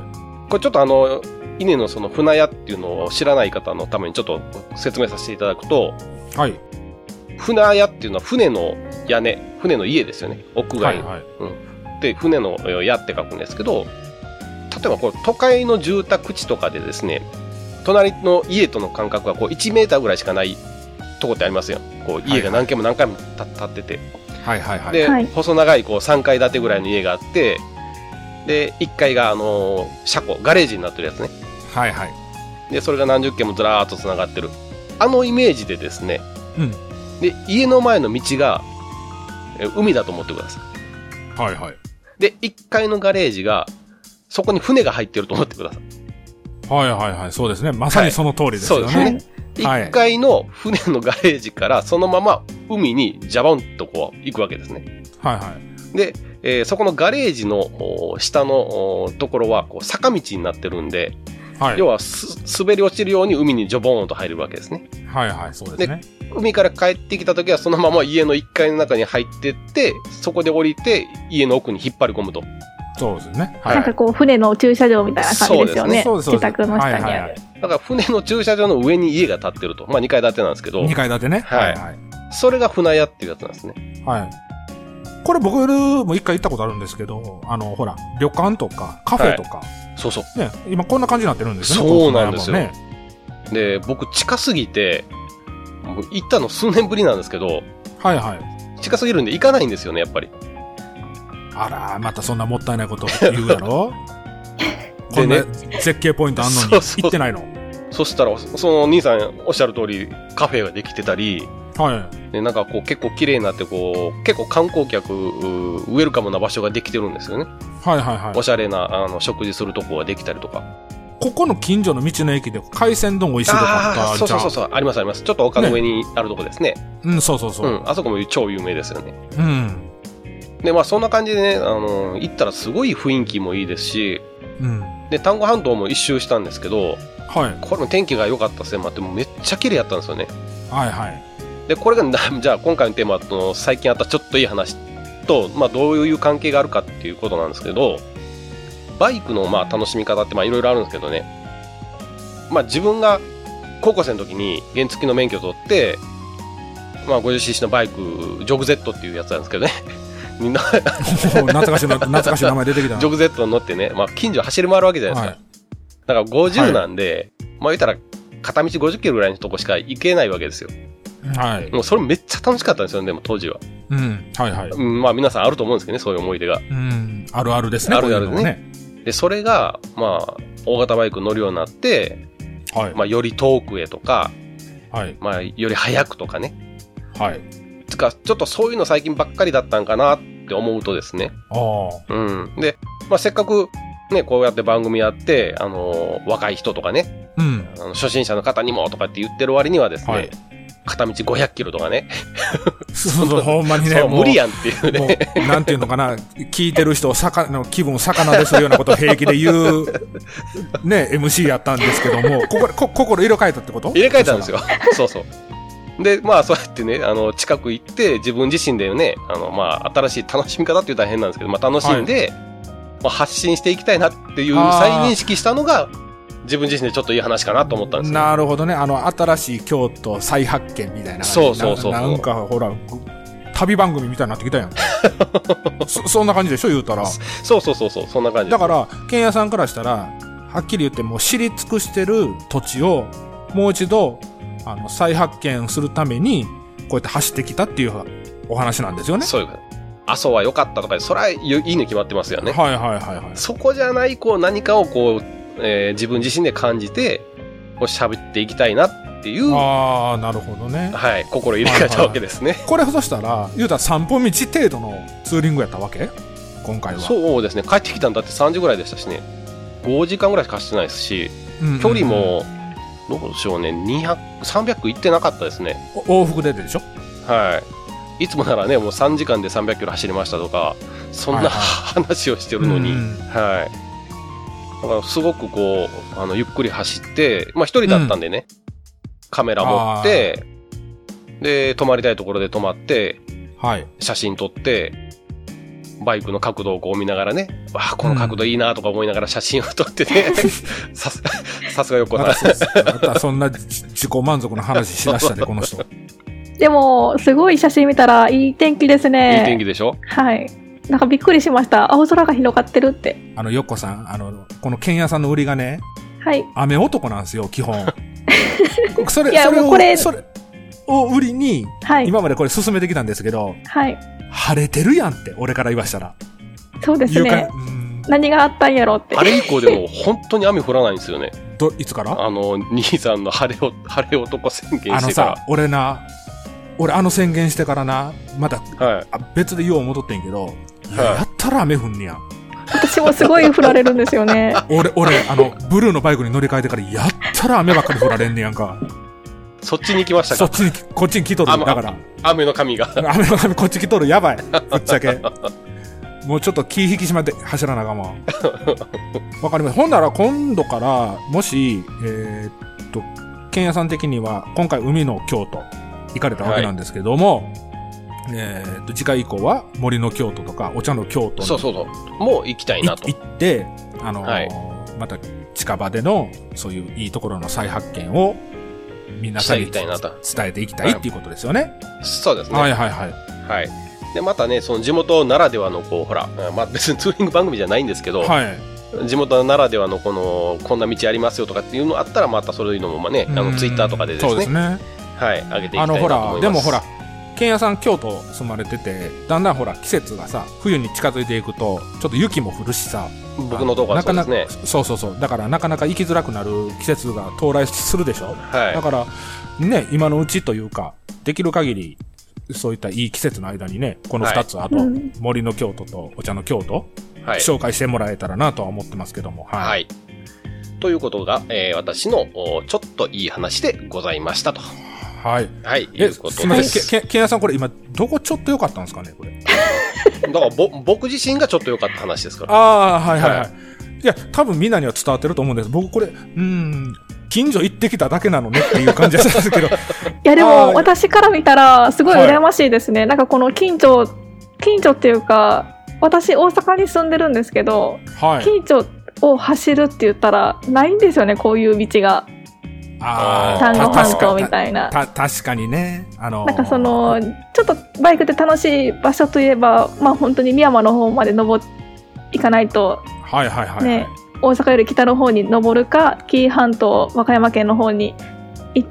[SPEAKER 1] これちょっとあの、稲のその船屋っていうのを知らない方のためにちょっと説明させていただくと、
[SPEAKER 2] はい。
[SPEAKER 1] 船屋っていうのは船の屋根、船の家ですよね。屋外。はいはい。うん。で、船の屋って書くんですけど、例えばこう都会の住宅地とかでですね、隣の家との間隔がこういちメーターぐらいしかないとこってありますよ。こう家が何軒も何回も建ってて、
[SPEAKER 2] はいはいはい、
[SPEAKER 1] で、はい、細長いこうさんかい建てぐらいの家があって、でいっかいがあのー、車庫ガレージになってるやつね。
[SPEAKER 2] はいはい。
[SPEAKER 1] でそれが何十軒もずらーっとつながってるあのイメージでですね、
[SPEAKER 2] うん、
[SPEAKER 1] で家の前の道が海だと思ってくださ
[SPEAKER 2] い。はいはい。
[SPEAKER 1] でいっかいのガレージがそこに船が入ってると思ってください。
[SPEAKER 2] はいはいはい。そうですね。まさにその通りですよね。はい、そうです
[SPEAKER 1] ね。はい、いっかいの船のガレージからそのまま海にジャボンとこう行くわけですね。
[SPEAKER 2] はいはい。
[SPEAKER 1] で、えー、そこのガレージの下のところはこう坂道になってるんで、はい、要はす滑り落ちるように海にジョボーンと入るわけですね。
[SPEAKER 2] はいはい、そうですね。
[SPEAKER 1] で、海から帰ってきた時はそのまま家のいっかいの中に入ってって、そこで降りて家の奥に引っ張り込むと。
[SPEAKER 2] そうですね。
[SPEAKER 3] はい、なんかこう船の駐車場みたいな感じですよね。自宅の下にある。はいはいはい、
[SPEAKER 1] だから船の駐車場の上に家が建ってると。まあにかい建てなんですけど。
[SPEAKER 2] にかい建てね。
[SPEAKER 1] はいはい。それが船屋っていうやつなんですね。
[SPEAKER 2] はい。これ僕も一回行ったことあるんですけど、あの、ほら、旅館とかカフェとか。はい、
[SPEAKER 1] そうそう。
[SPEAKER 2] ね、今こんな感じになってるんですよね。
[SPEAKER 1] そうなんですよ。ね、で、僕近すぎて、行ったの数年ぶりなんですけど。
[SPEAKER 2] はいはい。
[SPEAKER 1] 近すぎるんで行かないんですよね、やっぱり。
[SPEAKER 2] あら、またそんなもったいないこと言うだろこんな絶景ポイントあんのに行ってないの。
[SPEAKER 1] そしたら、その兄さんおっしゃる通り、カフェができてたり、
[SPEAKER 2] はい。
[SPEAKER 1] で、なんかこう結構綺麗になって、こう、結構観光客、ウェルカムな場所ができてるんですよね。
[SPEAKER 2] はいはいはい。
[SPEAKER 1] おしゃれな、あの、食事するとこができたりとか。
[SPEAKER 2] ここの近所の道の駅で海鮮丼美味しいとこあったじゃん。
[SPEAKER 1] そうそうそう、ありますあります。ちょっと丘の上にあるとこですね。
[SPEAKER 2] ね、うん、そうそうそう。
[SPEAKER 1] うん、あそこも超有名ですよね。
[SPEAKER 2] うん。
[SPEAKER 1] で、まあそんな感じでね、あの、行ったらすごい雰囲気もいいですし、
[SPEAKER 2] うん。
[SPEAKER 1] で、丹後半島も一周したんですけど、
[SPEAKER 2] はい。
[SPEAKER 1] これも天気が良かったせいもあって、もうめっちゃ綺麗やったんですよね。
[SPEAKER 2] はいはい。
[SPEAKER 1] で、これが、じゃあ今回のテーマの最近あったちょっといい話と、まあどういう関係があるかっていうことなんですけど、バイクのまあ楽しみ方ってまあいろいろあるんですけどね、まあ自分が高校生の時に原付の免許を取って、まあ ごじゅうシーシー のバイク、ジョグ Z っていうやつなんですけどね。みんな
[SPEAKER 2] 懐かしい、懐かしい名前出てきたな。
[SPEAKER 1] ジョグ Z に乗ってね、まあ近所走り回るわけじゃないですか。はい、だからごじゅうなんで、はい、まあ言ったら片道ごじゅっキロぐらいのとこしか行けないわけですよ。
[SPEAKER 2] はい。
[SPEAKER 1] もうそれめっちゃ楽しかったんですよね、でも当時は。
[SPEAKER 2] うん。はいはい。
[SPEAKER 1] うん、まあ皆さんあると思うんですけどね、そういう思い出が。
[SPEAKER 2] うん。あるあるですね。
[SPEAKER 1] あるあるですね。で、それが、まあ、大型バイク乗るようになって、はい。まあ、より遠くへとか、はい。まあ、より早くとかね。はい。つか、ちょっとそういうの最近ばっかりだったんかなって思うとですね。ああ。うん。で、まあ、せっかく、ね、こうやって番組やって、あのー、若い人とかね、うん。あの初心者の方にもとかって言ってる割にはですね、はい。片道ごひゃくキロとかね。
[SPEAKER 2] そうそう、ほんまにね。
[SPEAKER 1] 無理やんっていうね。
[SPEAKER 2] うなんていうのかな、聞いてる人をさかの気分を魚でするようなことを平気で言う、ね、エムシー やったんですけども、こここ心色変えたってこと？
[SPEAKER 1] 入れ替えたんですよ。そうそう。で、まあ、そうやってね、あの、近く行って、自分自身でね、あの、まあ、新しい楽しみ方って言ったら変なんですけど、まあ、楽しんで、はい、まあ、発信していきたいなっていう再認識したのが、自分自身でちょっといい話かなと思ったんですよ。
[SPEAKER 2] なるほどね。あの、新しい京都再発見みたいな。
[SPEAKER 1] そうそうそうそう。
[SPEAKER 2] な、なんか、ほら、旅番組みたいになってきたやん。そ, そんな感じでしょ、言うたら。
[SPEAKER 1] そうそうそうそう、そんな感じ
[SPEAKER 2] だから、ケンヤさんからしたら、はっきり言ってもう知り尽くしてる土地を、もう一度、あの、再発見するために、こうやって走ってきたっていうお話なんですよね。
[SPEAKER 1] そういうこと。阿蘇は良かったとか、それはいいに決まってますよね。
[SPEAKER 2] はいはいはいはい。
[SPEAKER 1] そこじゃない、こう、何かをこう、えー、自分自身で感じて、こう喋っていきたいなっていう。
[SPEAKER 2] ああ、なるほどね。
[SPEAKER 1] はい、心入れ替えたわけですね。はいはい、
[SPEAKER 2] これそしたら、言うたら散歩道程度のツーリングやったわけ？今回は。
[SPEAKER 1] そうですね。帰ってきたんだってさんじぐらいでしたしね。ごじかんぐらいしか走ってないですし、うんうんうん、距離も、どうでしょうね、にひゃく、さんびゃく行ってなかったですね。
[SPEAKER 2] 往復ででしょ？
[SPEAKER 1] はい。いつもならね、もうさんじかんでさんびゃくキロ走りましたとか、そんな、はいはい、話をしてるのに、うん、はい。だからすごくこう、あの、ゆっくり走って、まあ一人だったんでね、うん、カメラ持って、で、泊まりたいところで泊まって、はい、写真撮って、バイクの角度をこう見ながらね、わあ、この角度いいなとか思いながら写真を撮ってて、うん、さす、さすが横田。ま
[SPEAKER 2] たそんな自己満足の話しだしたね、この人。
[SPEAKER 3] でも、すごい写真見たらいい天気ですね。
[SPEAKER 1] いい天気でしょ？
[SPEAKER 3] はい。なんかびっくりしました。青空が広がってるって。
[SPEAKER 2] あの、よっこさん、あの、このケンヤさんの売りがね、
[SPEAKER 3] はい。
[SPEAKER 2] 雨男なんですよ、基本。それ、いや、それを、これそれを売りに、はい、今までこれ進めてきたんですけど、はい。晴れてるやんって、俺から言わしたら。
[SPEAKER 3] そうですね。何があったんやろって。
[SPEAKER 1] あれ以降でも本当に雨降らないんですよね。
[SPEAKER 2] ど、いつから？
[SPEAKER 1] あの、兄さんの晴れお、晴れ男宣言してから。あのさ、
[SPEAKER 2] 俺な、俺あの宣言してからな、また、はい、別で言おう戻ってんけど、はい、やったら雨降んねや。
[SPEAKER 3] 私もすごい降られるんですよね。
[SPEAKER 2] 俺、俺、あの、ブルーのバイクに乗り換えてから、やったら雨ばっかり降られんねやんか。
[SPEAKER 1] そっちに行きましたか？
[SPEAKER 2] そっちに、こっちに来とる。だから。
[SPEAKER 1] 雨の神が。
[SPEAKER 2] 雨の神こっち来とる。やばい。ぶっちゃけ。もうちょっと気引き締まって走らなあかんわ。わかります。ほんなら今度から、もし、えー、っと、ケンヤさん的には、今回海の京都行かれたわけなんですけども、はい、えー、っと、次回以降は森の京都とか、お茶の京都に。
[SPEAKER 1] そうそうそう。もう行きたいなと。
[SPEAKER 2] 行って、あのーはい、また近場での、そういういいところの再発見を、みんなに伝えていきたいっていうことですよね。
[SPEAKER 1] はい、そうですね。
[SPEAKER 2] はいはいはい。
[SPEAKER 1] はい。で、またね、その地元ならではの、こう、ほら、まあ別にツーリング番組じゃないんですけど、はい、地元ならではの、この、こんな道ありますよとかっていうのあったら、またそういうのも、まあね、あの、ツイッターとかでですね。そうですね。はい、上げていきたいなと思います。あの、ほら、
[SPEAKER 2] でもほら、ケンヤさん京都住まれてて、だんだんほら、季節がさ、冬に近づいていくと、ちょっと雪も降るしさ、
[SPEAKER 1] 僕のとこはそうですね。
[SPEAKER 2] そうそうそう。だから、なかなか行きづらくなる季節が到来するでしょ。はい。だから、ね、今のうちというか、できる限り、そういったいい季節の間にね、この二つ、はい、あと、森の京都とお茶の京都、はい、紹介してもらえたらなとは思ってますけども。はい。はい、
[SPEAKER 1] ということが、えー、私のちょっといい話でございましたと。
[SPEAKER 2] はい。
[SPEAKER 1] はい。いうことです。すみませ
[SPEAKER 2] ん。け、けんやさんこれ今、どこちょっと良かったんですかね、これ。
[SPEAKER 1] だからぼ、僕自身がちょっと良かった話ですから。
[SPEAKER 2] ああ、はいはいはい。はい、いや、多分みんなには伝わってると思うんです。僕これ、うーん、近所行ってきただけなのねっていう感じなんですけど。い
[SPEAKER 3] やでも私から見たらすごい羨ましいですね。はい、なんかこの近所、近所っていうか、私大阪に住んでるんですけど、はい、近所を走るって言ったらないんですよね、こういう道が。
[SPEAKER 2] ああ、
[SPEAKER 3] 丹後半島みたいな。
[SPEAKER 2] た、確かにね。あのー、
[SPEAKER 3] なんかその、ちょっとバイクで楽しい場所といえば、まあ本当に深山の方まで登って行かないと、
[SPEAKER 2] はいはいはい、はい。
[SPEAKER 3] ね、大阪より北の方に登るか、紀伊半島、和歌山県の方に行って、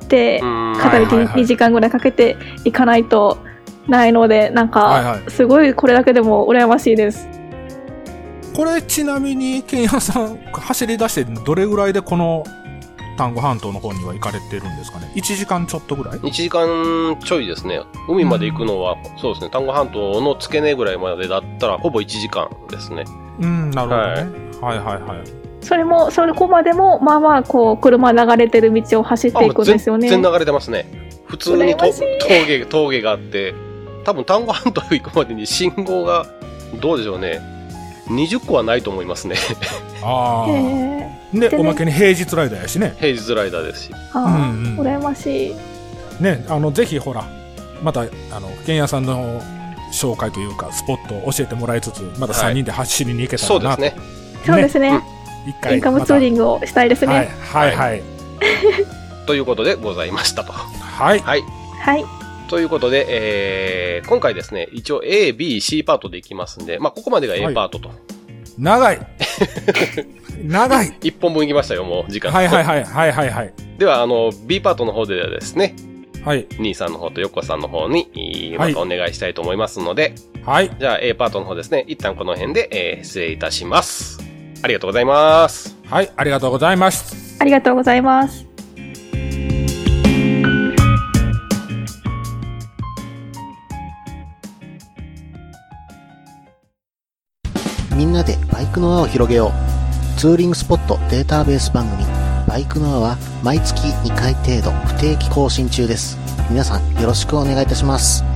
[SPEAKER 3] 片道にじかんぐらいかけて行かないとないので、なんか、すごいこれだけでも羨ましいです。
[SPEAKER 2] これちなみに、ケンヤさん走り出してどれぐらいでこの丹後半島の方には行かれてるんですかね。いちじかんちょっとぐらい ?いち
[SPEAKER 1] 時間ちょいですね。海まで行くのは、うん、そうですね、丹後半島の付け根ぐらいまでだったらほぼいちじかんですね。
[SPEAKER 2] うん、なるほどね。はい、はいはいはい。
[SPEAKER 3] それも、それこまでも、まあまあ、こう、車流れてる道を走っていくんですよね。
[SPEAKER 1] 全然流れてますね。普通に峠、峠があって、多分丹後半島行くまでに信号が、どうでしょうね。にじゅっこはないと思いますね。
[SPEAKER 2] ああ。で、おまけに平日ライダーやしね。
[SPEAKER 1] 平日ライダーですし。
[SPEAKER 3] ああ、うん、うん。羨ましい。
[SPEAKER 2] ね、あの、ぜひほら、また、あの、ケンヤさんの紹介というか、スポットを教えてもらいつつ、またさんにんで走りに行けたらなと、はい、
[SPEAKER 1] そうですね。
[SPEAKER 3] そうですね。うん
[SPEAKER 2] 一回
[SPEAKER 3] インカムツーリングをしたいですね。
[SPEAKER 2] はいはいはい。
[SPEAKER 1] ということでございましたと。
[SPEAKER 2] はい
[SPEAKER 1] はい。
[SPEAKER 3] はい。
[SPEAKER 1] ということで、えー、今回ですね、一応 A、B、C パートでいきますんで、まあここまでが A パートと。はい、
[SPEAKER 2] 長い。長い。
[SPEAKER 1] 一本分いきましたよ、もう時間。
[SPEAKER 2] はいはいはいはいはいはい。
[SPEAKER 1] ではあの B パートの方ではですね、
[SPEAKER 2] はい。
[SPEAKER 1] 兄さんの方と横さんの方にまたお願いしたいと思いますので、
[SPEAKER 2] はい。
[SPEAKER 1] じゃあ A パートの方ですね、一旦この辺で、えー、失礼いたします。ありがとうございます。
[SPEAKER 2] はい、ありがとうございます。
[SPEAKER 3] ありがとうございます。
[SPEAKER 4] みんなでバイクの輪を広げよう。ツーリングスポットデータベース番組バイクの輪は毎月にかい程度不定期更新中です。皆さんよろしくお願いいたします。